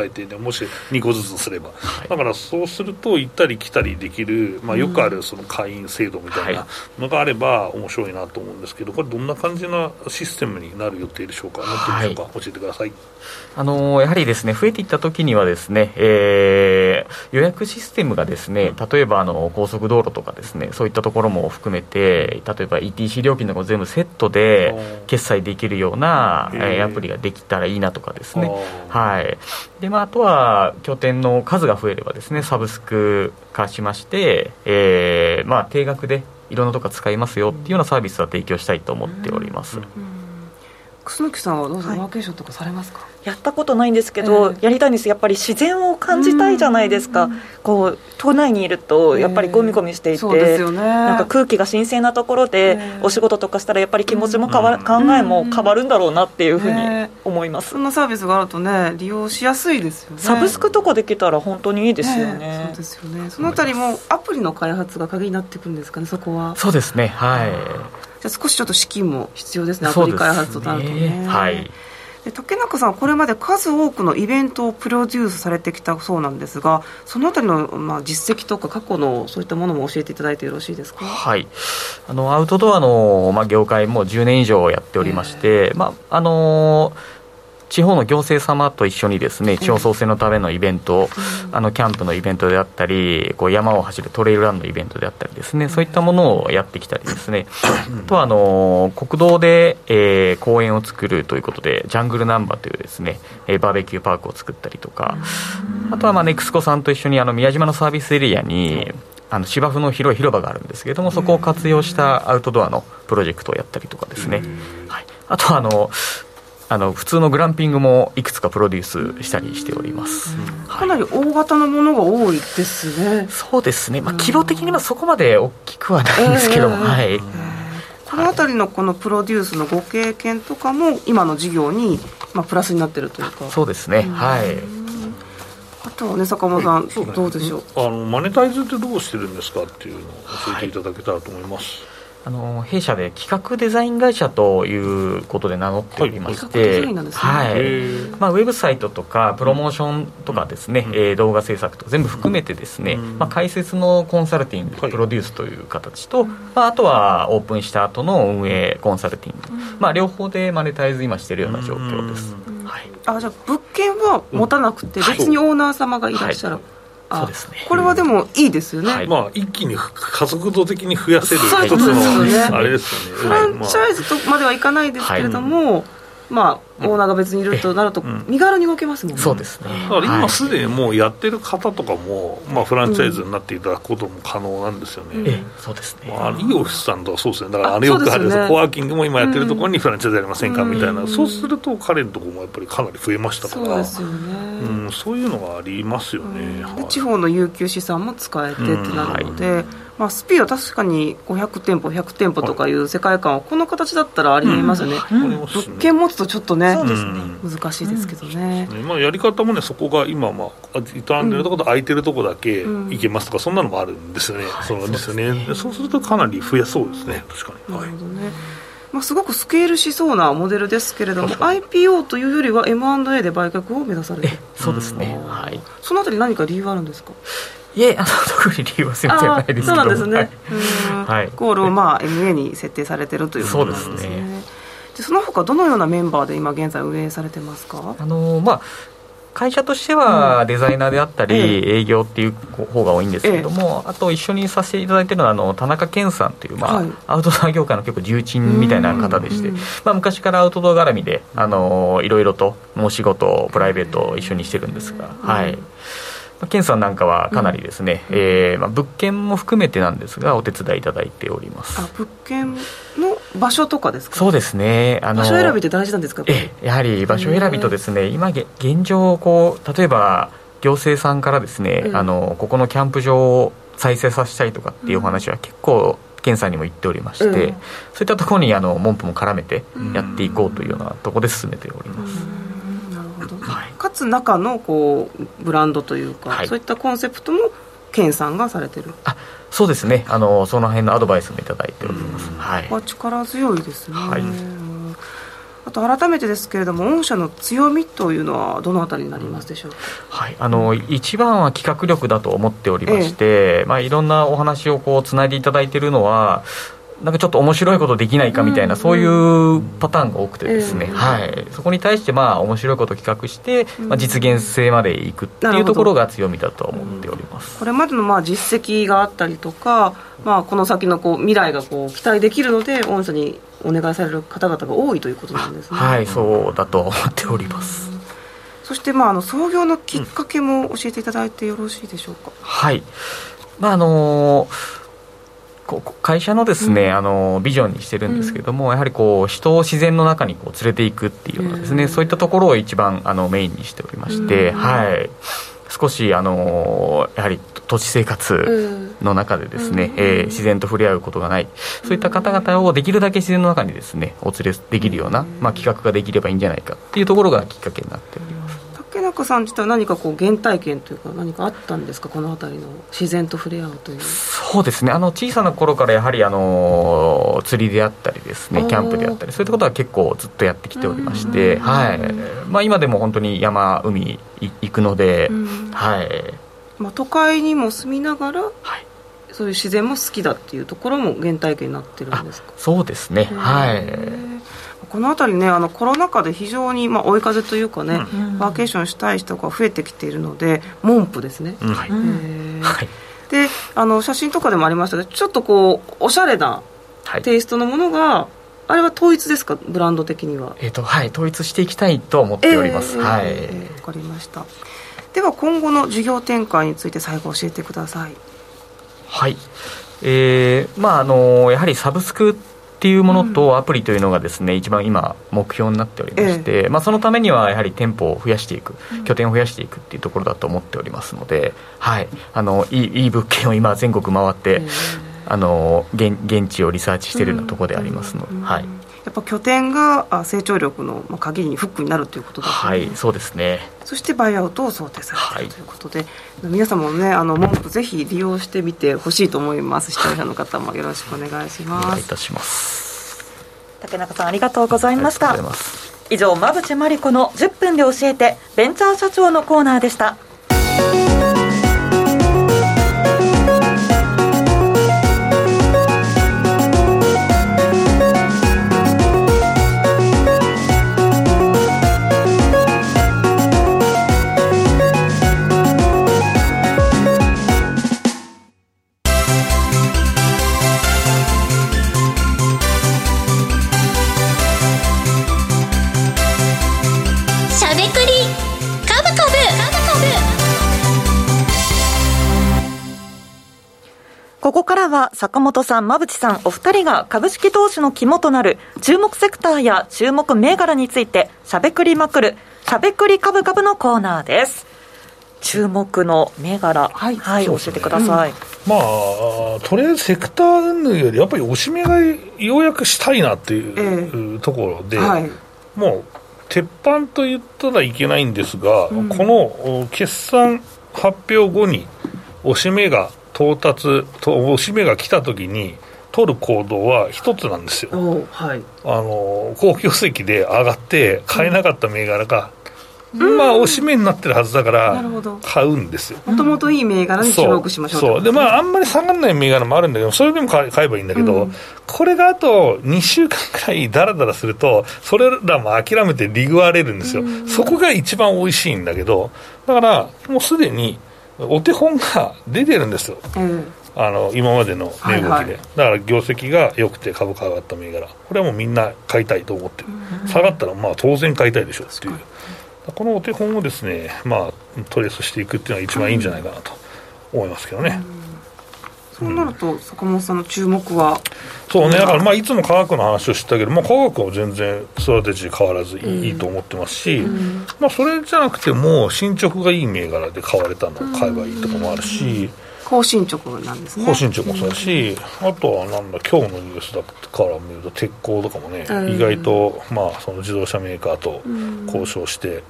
最低でもしにこずつすれば、はい、だからそうすると行ったり来たりできる、まあ、よくあるその会員制度みたいなのがあれば面白いなと思うんですけど、これどんな感じなシステムになる予定でしょうか、なってるでしょうか、はい、教えてください。 あのやはりですね、増えていった時にはですね、えー、予約システムがですね、例えばあの高速道路とかですね、そういったところも含めて、例えば イーティーシー 料金とか全部セットで決済できるような、えー、アプリができたらいいなとかですね、はい。で、まあ、あとは拠点の数が増えればですね、サブスク化しまして、えーまあ、定額でいろんなとこ使いますよっていうようなサービスは提供したいと思っております。うんうん、 楠木さんはどうぞワーケーションとかされますか？ はい、やったことないんですけど、えー、やりたいんです。やっぱり自然を感じたいじゃないですか。こう都内にいるとやっぱりゴミゴミしていて、 そうですよね、 なんか空気が新鮮なところでお仕事とかしたらやっぱり気持ちも変わ、考えも変わるんだろうなっていうふうに思います。 そんなサービスがあるとね、利用しやすいですよね。 サブスクとかできたら本当にいいですよね。 ね、そうですよね。そのあたりもアプリの開発が鍵になってくるんですかね、そこは。 そうですね、はい。 じゃあ少しちょっと資金も必要ですね、アプリ開発となるとね。 はい。 で竹中さんはこれまで数多くのイベントをプロデュースされてきたそうなんですが、そのあたりの、まあ、実績とか過去のそういったものも教えていただいてよろしいですか？ はい、あのアウトドアの、まあ、業界もじゅうねん以上やっておりまして、まああのー地方の行政様と一緒にですね、地方創生のためのイベント、あのキャンプのイベントであったり、こう山を走るトレイルランのイベントであったりですね、そういったものをやってきたりですね、あとはあの国道で、えー、公園を作るということで、ジャングルナンバーというですね、えー、バーベキューパークを作ったりとか、あとはまあネクスコさんと一緒にあの宮島のサービスエリアにあの芝生の広い広場があるんですけれども、そこを活用したアウトドアのプロジェクトをやったりとかですね、はい、あとはあのあの普通のグランピングもいくつかプロデュースしたりしております。 かなり大型のものが多いですね。 そうですね、まあ、規模的にはそこまで大きくはないんですけども、えーはい、 このあたりのこのプロデュースのご経験とかも今の事業に、まあ、プラスになっているというか。 そうですね、はい。 あとはね、坂本さん、そうね、どうでしょう。 あのマネタイズってどうしてるんですかっていうのを教えていただけたらと思います。はい、 あの弊社で企画デザイン会社ということで名乗っておりまして、ウェブサイトとかプロモーションとかですね、うんえー、動画制作とか全部含めてですね、うんまあ、解説のコンサルティング、はい、プロデュースという形と、まあ、あとはオープンした後の運営コンサルティング、うんまあ、両方でマネタイズ今しているような状況です。うんはい、 あじゃあ物件は持たなくて別にオーナー様がいらっしゃる、はいそうですね、 これはでもいいですよね、 はいまあ、一気に加速度的に増やせる一つのあれですよね。 フランチャイズとまではいかないですけれども、はいまあ、オーナーが別にいるとなると身軽に動けますもんね。 そうですね。 だから今すでにもうやってる方とかも、まあ、フランチャイズになっていただくことも可能なんですよね。 うん、えそうですね、 まあ、いいオフィスさんとかそうですね。だからあれよくある、ね、コワーキングも今やってるところにフランチャイズやりませんかみたいな、うん、そうすると彼のところもやっぱりかなり増えましたから、 そうですよね、 うん、そういうのがありますよね、 うんはい、 で地方の有給資産も使えてってなるので、うんはいまあ、スピーは確かにごひゃくてんぽひゃくてんぽとかいう世界観はこの形だったらありえますよね、うんうん、物件持つとちょっとね、そうですね難しいですけどね、 うんまあ、やり方もねそこが今、まあ、傷んでるところと空いてるところだけ行けますとか、うん、そんなのもあるんですよね、はい、そうですよね、そうですね。そうするとかなり増えそうですね。確かに、 なるほどね、まあ、すごくスケールしそうなモデルですけれども アイピーオー というよりは エムアンドエー で売却を目指されている。 そうですね、はい、 そのあたり何か理由はあるんですか？ いえ、あの特に理由は全然ないですけど、 そうなんですね、 はい、 ゴールを、まあ、エムエー に設定されているということなんですね。そうですね。でその他どのようなメンバーで今現在運営されてますか？ あの、まあ、会社としてはデザイナーであったり、うん、営業っていう方が多いんですけれども、ええ、あと一緒にさせていただいているのはあの田中健さんという、まあはい、アウトドア業界の結構重鎮みたいな方でして、まあ、昔からアウトドア絡みであのいろいろとお仕事プライベートを一緒にしてるんですが、はい健さんなんかはかなりですね、うんえーまあ、物件も含めてなんですがお手伝いいただいております。 あ物件の場所とかですか？ そうですね、あの場所選びって大事なんですか？ えやはり場所選びとですね今現状こう例えば行政さんからですね、うん、あのここのキャンプ場を再生させたいとかっていうお話は結構健さんにも言っておりまして、うん、そういったところにあの門戸も絡めてやっていこうというようなところで進めております。うんはい、かつ中のこうブランドというか、はい、そういったコンセプトも健さんがされてる。 あそうですね、あのその辺のアドバイスもいただいております、うんはい、 力強いですね、はい、ああと改めてですけれども、御社の強みというのはどのあたりになりますでしょうか。 はい、あの一番は企画力だと思っておりまして、ええまあ、いろんなお話をこうつないでいただいているのは、なんかちょっと面白いことできないかみたいな、うん、そういうパターンが多くてですね、えーはい、そこに対してまあ面白いことを企画して、うんまあ、実現性までいくっていうところが強みだと思っております、 うん、これまでのまあ実績があったりとか、まあ、この先のこう未来がこう期待できるので御社にお願いされる方々が多いということなんですね。 はい、そうだと思っております、 うん、そしてまああの創業のきっかけも教えていただいてよろしいでしょうか。 うん、はい、まああのー会社のですね、うん、あのビジョンにしてるんですけれども、うん、やはりこう人を自然の中にこう連れていくっていうようなですね、うん、そういったところを一番あのメインにしておりまして、うんはい、少しあのやはり都市生活の中でですね、うんえー、自然と触れ合うことがない、そういった方々をできるだけ自然の中にですねお連れできるような、まあ、企画ができればいいんじゃないかっていうところがきっかけになっております。 竹中さん自体は何かこう原体験というか何かあったんですか、この辺りの自然と触れ合うという。 そうですね、あの小さな頃からやはりあの釣りであったりですね、キャンプであったりそういったことは結構ずっとやってきておりまして、はいまあ、今でも本当に山海行くので、はいまあ、都会にも住みながら、はい、そういう自然も好きだっていうところも原体験になってるんですか。 そうですね、はいこの辺りね、あのコロナ禍で非常に、まあ、追い風というかね、うん、ワーケーションしたい人が増えてきているので、門布ですね、うんはいえーはい、であの写真とかでもありましたけど、ちょっとこうおしゃれなテイストのものが、はい、あれは統一ですか、ブランド的には。 えーとはい、統一していきたいと思っております。わ、 えーはいえー、かりました。では今後の事業展開について最後教えてください。 はい、えーまあ、あのやはりサブスクっていうものとアプリというのがですね、うん、一番今目標になっておりまして、ええまあ、そのためにはやはり店舗を増やしていく、拠点を増やしていくっていうところだと思っておりますので、はい、あのいい、いい物件を今全国回って、えあの 現, 現地をリサーチしているようなところでありますので、うんはい、 やっぱ拠点が成長力の鍵にフックになるということだと思います。 はい、そうですね。 そしてバイアウトを想定されているということで、はい、皆様もね、あの門布ぜひ利用してみてほしいと思います。視聴者の方もよろしくお願いします。 お願いいたします。 竹中さんありがとうございました。以上、馬淵真理子のじゅっぷんで教えてベンチャー社長のコーナーでした。ここからは坂本さん、馬淵さんお二人が株式投資の肝となる注目セクターや注目銘柄についてしゃべくりまくるしゃべくりカブカブのコーナーです。注目の銘柄、はい、はい、教えてください。うん、 まあとりあえずセクター云々よりやっぱりおしめ買いようやくしたいなっていう、えー、ところで、はい、もう鉄板と言ったらいけないんですが、うん、この決算発表後におしめが到達とおしめが来た時に取る行動は一つなんですよ。はい、あの好業績で上がって買えなかった銘柄が、うん、まあおしめになってるはずだから買うんですよ。 もともといい銘柄に注目しましょう。 そうそうで、まああんまり下がらない銘柄もあるんだけど、それでも買えばいいんだけど、うん、これがあとにしゅうかんくらいダラダラするとそれらも諦めてリグわれるんですよ。うん、そこが一番美味しいんだけど、だからもうすでにお手本が出てるんですよ。うん、あの今までの値動きで、はいはい、だから業績が良くて株価が上がった銘柄、これはもうみんな買いたいと思ってる。うん、下がったらまあ当然買いたいでしょうっていう、このお手本をですね、まあ、トレースしていくっていうのが一番いいんじゃないかなと思いますけどね。 うん、そうなると坂本さんの注目は、 そうね、だからまあいつも科学の話をしたけど、まあ、科学は全然ストラテジー変わらずいい、うん、いいと思ってますし、うん、まあ、それじゃなくても進捗がいい銘柄で買われたのを買えばいいとかもあるし、うん、 高進捗なんですね。 高進捗もそうだし、うん、あとはなんだ今日のニュースだから見ると鉄鋼とかもね、うん、意外とまあその自動車メーカーと交渉して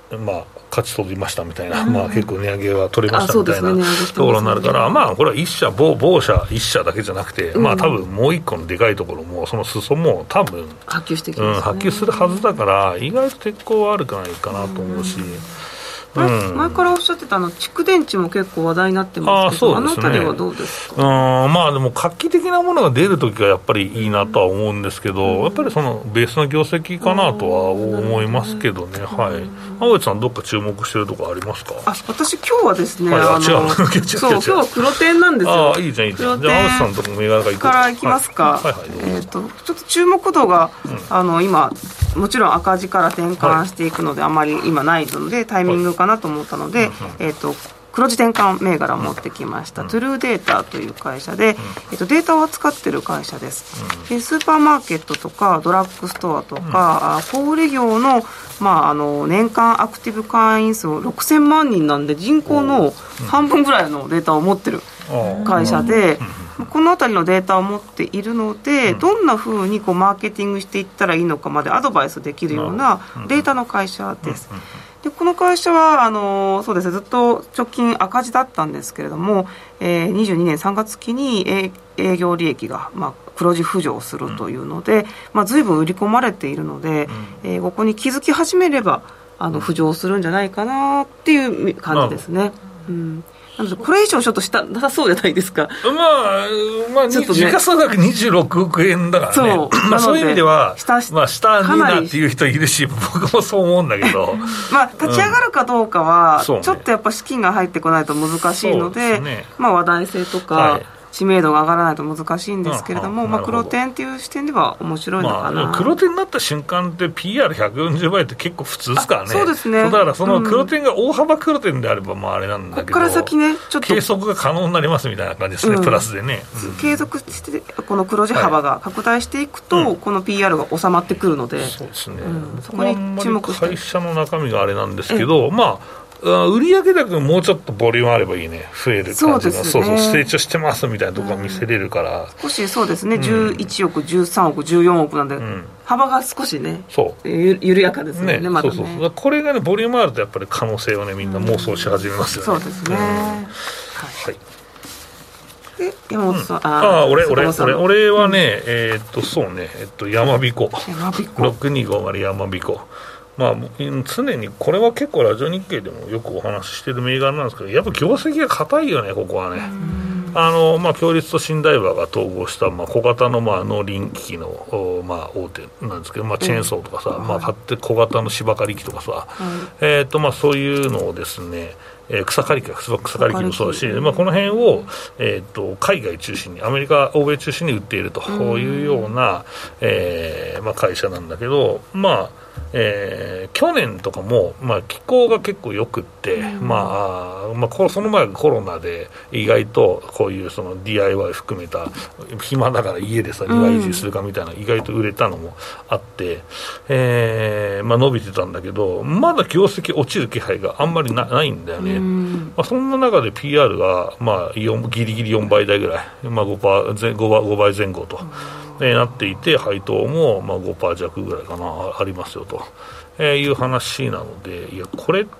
まあ、勝ち取りましたみたいな、うんまあ、結構値上げは取れましたみたいな、ねね、ところになるから、まあ、これは一社某、某社一社だけじゃなくて、うんまあ、多分もう一個のでかいところもその裾も多分発揮してきますね、 うん、発揮するはずだから意外と鉄鋼は悪くないかなと思うし、うんうん、前からおっしゃってたあの蓄電池も結構話題になってますけど、 あ, あのあたりはどうですか。 うんまあでも画期的なものが出るときはやっぱりいいなとは思うんですけど、うん、やっぱりそのベースの業績かなとは思いますけどね、うん、はい。青内さんどっか注目してるところありますか。 あ私今日はですね、 はい、あの違うそう今日は黒点なんですよ。 あいいじゃんいいじゃん。じゃあ青内さんのところ銘柄からいこうからいきますか、はいはいはい、えー、とちょっと注目度が、うん、あの今もちろん赤字から転換していくので、はい、あまり今ないのでタイミングかなと思ったので、はいえー、と黒字転換銘柄を持ってきました、うん、トゥルーデータという会社で、うんえー、とデータを扱っている会社です、うん、でスーパーマーケットとかドラッグストアとか、うん、小売業の、まあ、あの年間アクティブ会員数ろくせんまんにんなんで人口の半分ぐらいのデータを持ってる会社で、このあたりのデータを持っているので、うん、どんな風にこうマーケティングしていったらいいのかまでアドバイスできるようなデータの会社です。でこの会社はあのそうですね、ずっと直近赤字だったんですけれども、えー、にじゅうにねんさんがつ期に営業利益が、まあ、黒字浮上するというので、うんまあ、随分売り込まれているので、うんえー、ここに気づき始めればあの浮上するんじゃないかなっていう感じですね。うんなのでこれ以上ちょっとしたなさそうじゃないですか。 まあ、まあ、時価総額にじゅうろくおくえんだからね。そう、まあ、そういう意味では下、まあ、下になっていう人いるし僕もそう思うんだけどまあ立ち上がるかどうかは、うん、ちょっとやっぱ資金が入ってこないと難しいので、ねまあ、話題性とか、はい知名度が上がらないと難しいんですけれども、うんうんまあ、黒点っていう視点では面白いのかな、 まあ、黒点になった瞬間って ピーアールひゃくよんじゅう 倍って結構普通ですからね。 そうですね。 だからその黒点が大幅黒点であればまああれなんだけど、 ここから先ねちょっと計測が可能になりますみたいな感じですね、うん、プラスでね、 うん、継続してこの黒字幅が拡大していくと、はい、この ピーアール が収まってくるので、 そうですね、うん、そこに注目して会社の中身があれなんですけど、まあ売上高もうちょっとボリュームあればいいね、増える感じの、そうですね、そうそう成長してますみたいなところが見せれるから、うん、 少しそうですね、うん、じゅういちおくじゅうさんおくじゅうよんおくなんで、うん、幅が少しねそうゆ緩やかですよね、ねまだね。そうそうこれがねボリュームあるとやっぱり可能性をねみんな妄想し始めますよね、 うん、そうですね、うん、はい、はい、で山本さん、 うん、ああ俺俺俺俺はね、うん、えー、っとそうねえっと山彦山彦ろくにごまる山彦、まあ、常にこれは結構ラジオ日経でもよくお話ししてる銘柄なんですけど、やっぱ業績が硬いよねここはね。あのまあ、共立と新大和が統合した、まあ、小型の、まあ、農林機器の、まあ、大手なんですけど、まあ、チェーンソーとかさ、うんまあ、買って小型の芝刈り機とかさ、うんえーとまあ、そういうのをですね、えー、草刈り機草刈り機もそうだし、まあ、この辺を、えー、と海外中心にアメリカ欧米中心に売っているというような、えーまあ、会社なんだけど、まあえー、去年とかも、まあ、気候が結構よくって、うんまあまあ、その前がコロナで意外とこういうその ディーアイワイ 含めた暇だから家でさ庭維持するかみたいな、意外と売れたのもあって、えーまあ、伸びてたんだけどまだ業績落ちる気配があんまり な, ないんだよね、うんまあ、そんな中で ピーアール が、まあ、ギリギリよんばい台ぐらい、まあ、ご, パー ご, ごばいぜん後と、うんえー、なっていて配当も、まあ、ごパーセント 弱ぐらいかなありますよと、えー、いう話なので、いやこれって、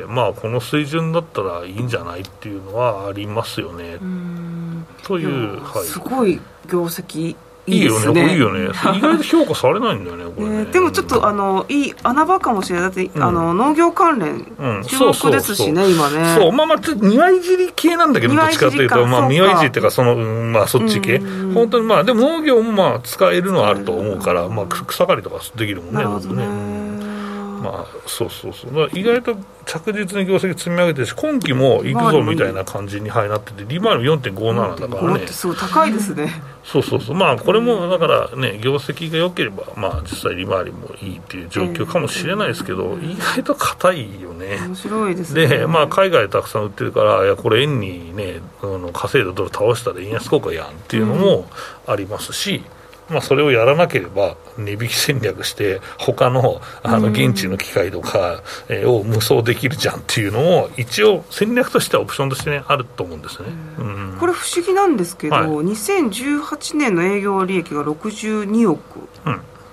まあ、この水準だったらいいんじゃないっていうのはありますよね。うんという、はい、 すごい業績いいですね。 いいよね、いいよね。意外と評価されないんだよね、これね。 えー、でもちょっとあのいい穴場かもしれない。だって、うん、あの農業関連、うん、注目ですしね、そうそうそう今ね。 そう、まあまあ庭いじり系なんだけど、どっちかというと、まあ庭いじりっていうかその、うん、まあそっち系。本当にまあでも農業もまあ使えるのはあると思うから、まあ草刈りとかできるもんね。なるほどね。まあ、そうそうそう、意外と着実に業績積み上げてるし今期も行くぞみたいな感じになってて利回りも よんてんごなな だからね、ってすごい高いですね、 そうそうそう、まあこれもだからね業績が良ければまあ実際利回りもいいっていう状況かもしれないですけど、意外と硬いよね。 面白いですね。 で、まあ、海外でたくさん売ってるからいやこれ円にねあの稼いだドル倒したら円安効果やんっていうのもありますし、まあ、それをやらなければ値引き戦略して他のあの現地の機械とかを無双できるじゃんっていうのを一応戦略としてはオプションとして、ね、あると思うんですね、うんうん、 これ不思議なんですけど、はい、にせんじゅうはちねんの営業利益がろくじゅうにおく、うん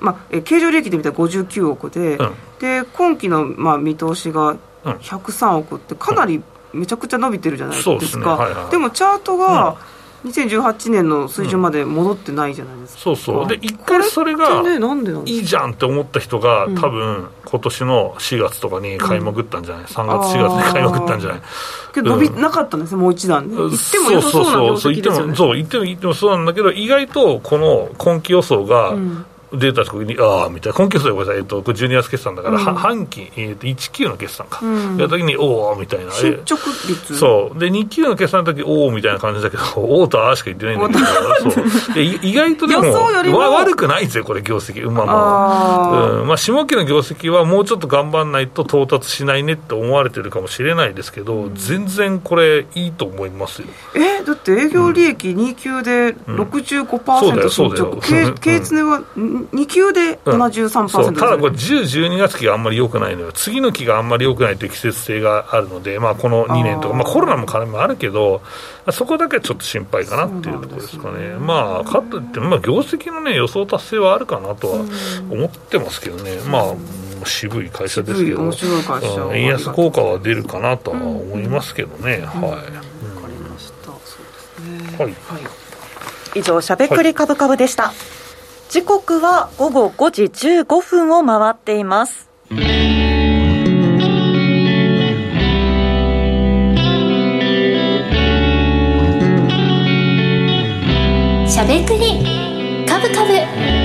まあ、経常利益で見たらごじゅうきゅうおくで、うん、で今期の、まあ、見通しがひゃくさんおくってかなりめちゃくちゃ伸びてるじゃないですか、うん ですねはいはい、でもチャートがにせんじゅうはちねんの水準まで戻ってないじゃないですか、 うん、そうそうで一回それがいいじゃんって思った人が、うん、多分今年のしがつとかに買いまくったんじゃない、うん、さんがつしがつに買いまくったんじゃないけど伸びなかったんですね、うん、もう一段ね言っても良さそうな業績ですよね。 そう言っても言ってもそうなんだけど意外とこの今期予想が、うん出た時にああみたいな今期予想でごめんなさい、えっと、これじゅうにがつ決算だから、うん、半期、えっと、いちきゅうの決算か、うん、やった時におおみたいな進捗率そうでにきゅうの決算の時おおみたいな感じだけどおおとああしか言ってないんだけどそうで意外とでも予想よりも悪くないんですよこれ業績まあまあ、うんまあ、下期の業績はもうちょっと頑張んないと到達しないねって思われてるかもしれないですけど、うん、全然これいいと思いますよ。 えだって営業利益に級で ろくじゅうごパーセント 進捗、経常はに級で ななじゅうさんパーセント、 うん、ただこれじゅう、じゅうにがつ期があんまり良くないのよ。次の期があんまり良くないという季節性があるので、まあ、このにねんとかまあ、コロナも絡みもあるけどそこだけちょっと心配かなっていうところですかね。まあかといって、まあ、業績の、ね、予想達成はあるかなとは思ってますけどね、まあ渋い会社ですけど面白い会社、 うん、円安効果は出るかなとは思いますけどね、うん、はい、わかりました。そうですね、 はい、はい、 以上しゃべくり株株でした、はい、時刻はごごごじじゅうごふんを回っています。 しゃべくりカブカブ。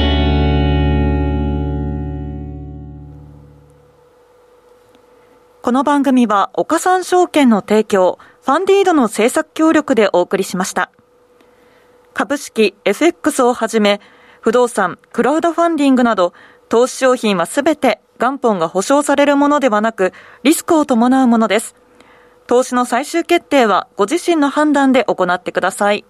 この番組は岡三証券の提供、ファンディードの制作協力でお送りしました。株式 エフエックス をはじめ不動産、クラウドファンディングなど投資商品はすべて元本が保証されるものではなくリスクを伴うものです。投資の最終決定はご自身の判断で行ってください。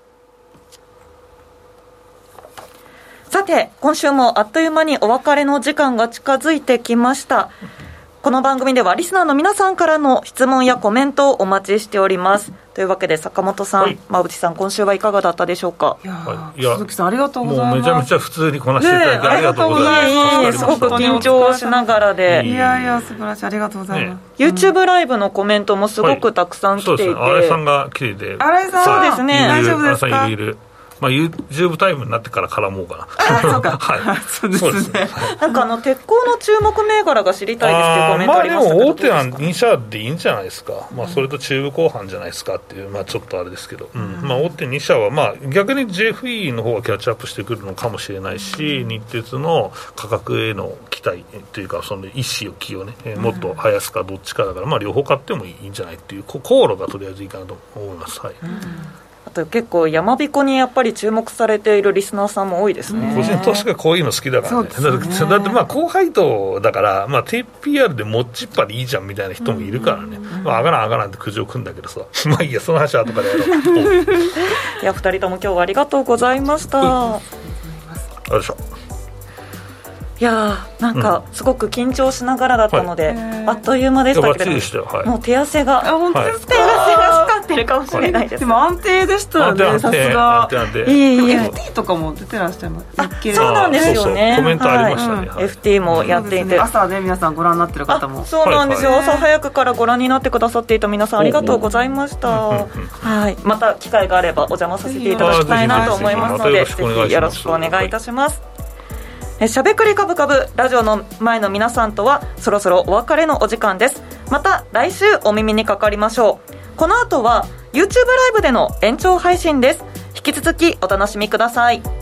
さて今週もあっという間にお別れの時間が近づいてきました。この番組ではリスナーの皆さんからの質問やコメントをお待ちしております。というわけで坂本さん、はい、馬渕さん、今週はいかがだったでしょうか。 いや、はい、いや鈴木さんありがとうございます。 もうめちゃめちゃ普通にこなしていただいて、ね、ありがとうございます。いえいえ、 すごく緊張しながらで、 いやいや素晴らしい、ありがとうございます、 ね、YouTube ライブのコメントもすごくたくさん来ていて、はい、 そうですね、新井さんが来ていて、 新井さんそうですね、 大丈夫ですか。 新井さんいるいる、まあ、YouTube タイムになってから絡もうかな。 あそうか、 はい、 そうですね。 なんかあの鉄鋼の注目銘柄が知りたいですっていうコメントありましたけど、 まあ、でも大手はに社でいいんじゃないですか、まあ、それと中部後半じゃないですかっていう、まあ、ちょっとあれですけど、うんまあ、大手に社は、まあ、逆に ジェイエフイー の方がキャッチアップしてくるのかもしれないし、日鉄の価格への期待というかその意思を気をね、もっと生やすかどっちかだから、まあ、両方買ってもいいんじゃないっていう航路がとりあえずいいかなと思います。はい、うん、 あと結構山彦にやっぱり注目されているリスナーさんも多いですね。 個人投資家こういうの好きだからね。だって、だってまあ高配当だから、まあ、低 ピーアール でもっちっぱでいいじゃんみたいな人もいるからね、まあ、上がらん上がらんって苦情くんだけどさまあいいや、その話は後からやろういやふたりとも今日はありがとうございました。 ありがとう。 いやなんかすごく緊張しながらだったので、うん、あっという間でしたけれども、はい、もう手汗が本当ですか、 手汗が光ってるかもしれないです、はい、 でも安定でしたよね、さすが。 いえいえ、 エフティー とかも出てらっしゃいます。 あ、そうなんですよね。 そうそうコメントありましたね、はい、 エフティー もやっていて、 ね、朝ね皆さんご覧になってる方もそうなんですよ、はいはい、朝早くからご覧になってくださっていた皆さんありがとうございました。はい、また機会があればお邪魔させていただきたいなと思いますので、ぜひよろしくお願いいたします。しゃべくりカブカブ、ラジオの前の皆さんとはそろそろお別れのお時間です。また来週お耳にかかりましょう。この後は YouTube ライブでの延長配信です。引き続きお楽しみください。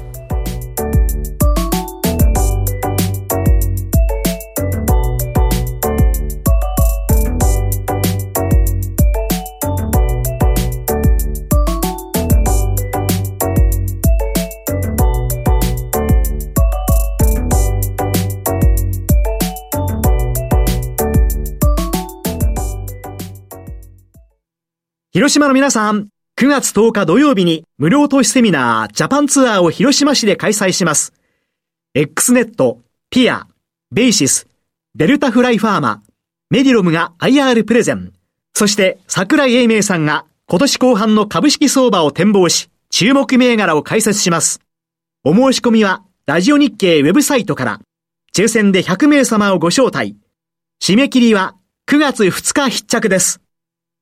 広島の皆さん、くがつとおか土曜日に無料投資セミナージャパンツアーを広島市で開催します。X ネット、ピア、ベイシス、デルタフライファーマ、メディロムが アイアール プレゼン、そして桜井英明さんが今年後半の株式相場を展望し、注目銘柄を解説します。お申し込みはラジオ日経ウェブサイトから抽選でひゃくめいさまをご招待。締め切りはくがつふつか必着です。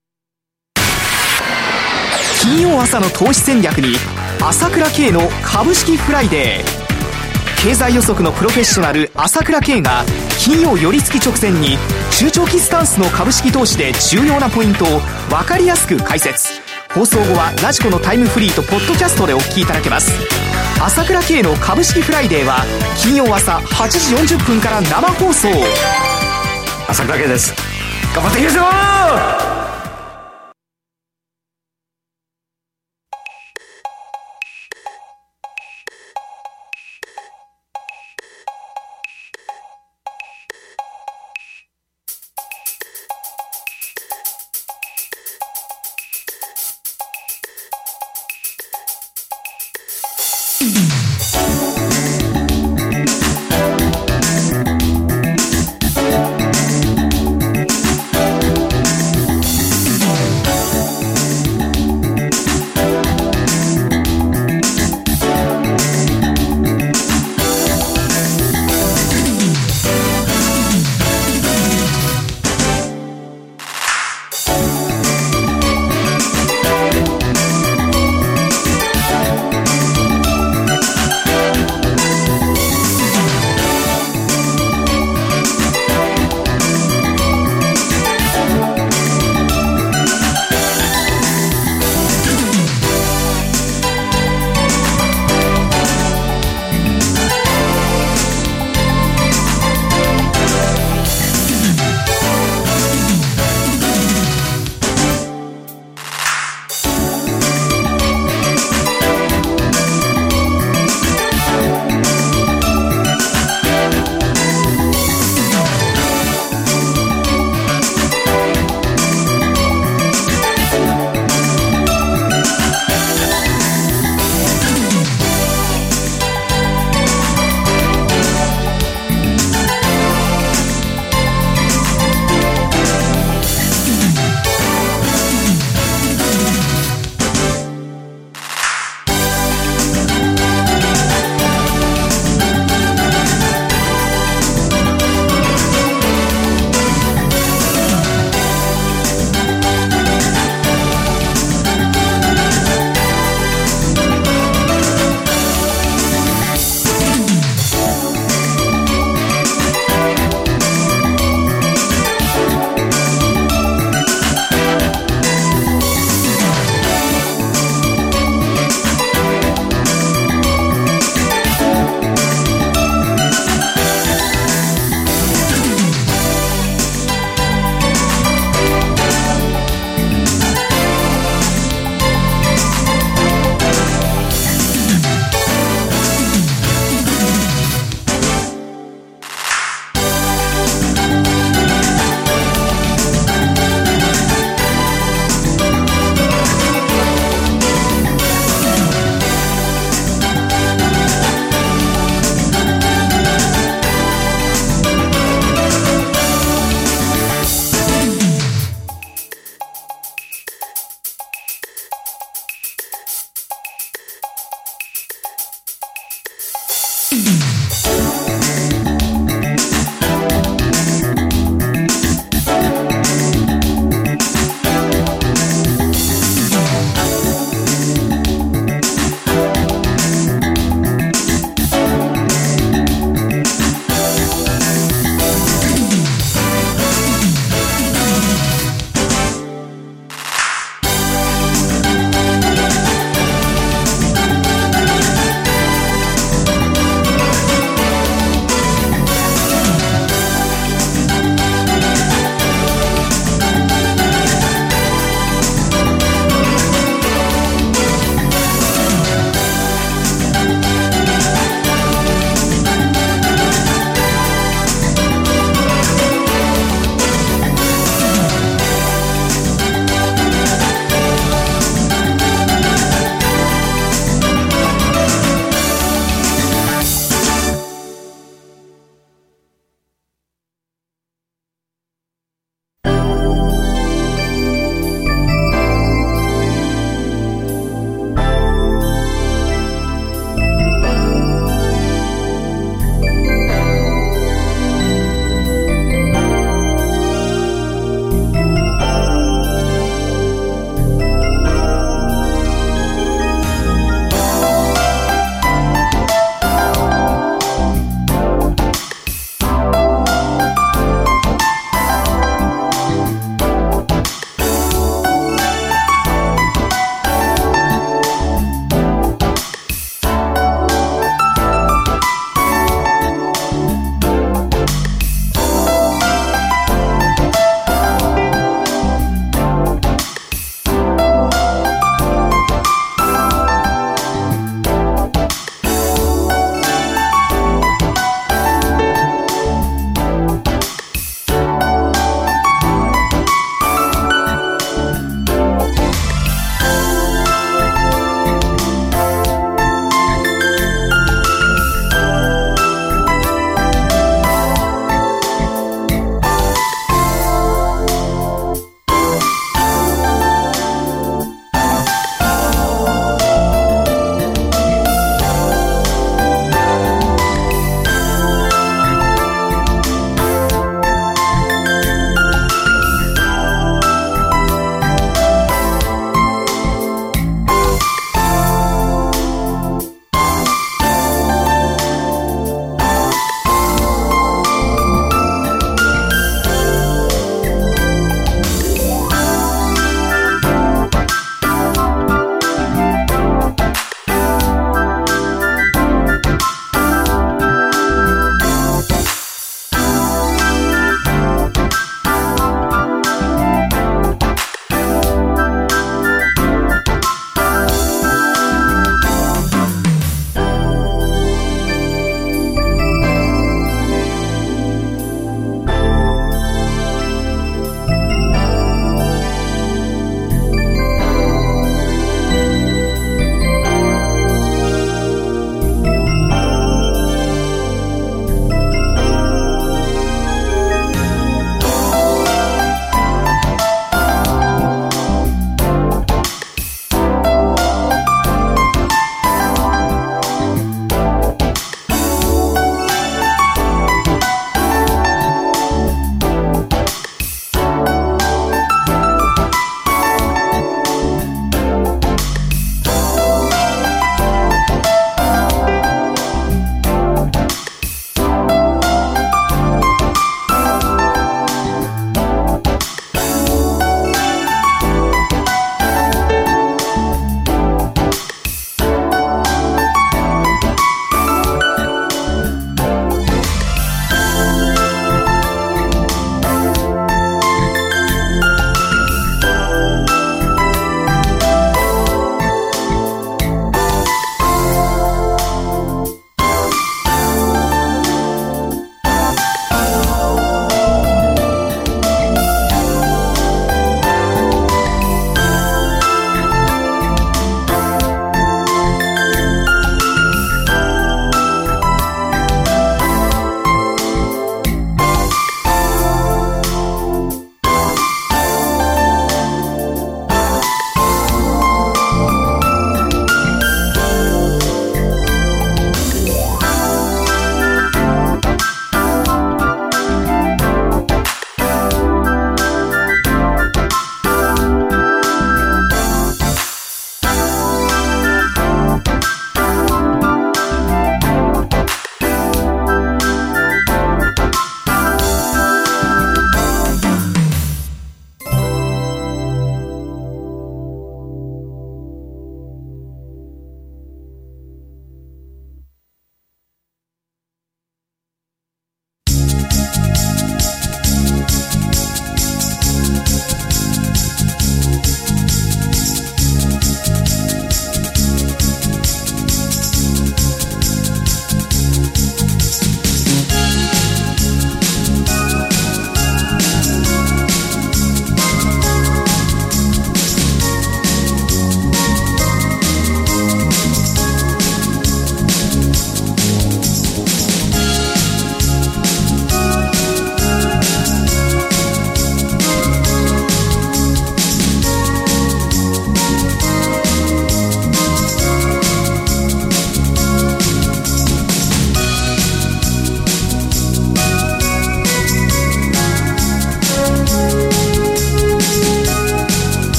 金曜朝の投資戦略に朝倉慶の株式フライデー。経済予測のプロフェッショナル朝倉慶が金曜寄り付き直前に中長期スタンスの株式投資で重要なポイントを分かりやすく解説。放送後はラジコのタイムフリーとポッドキャストでお聞きいただけます。朝倉慶の株式フライデーは金曜朝はちじよんじゅっぷんから生放送。 朝倉慶です。頑張っていきましょう。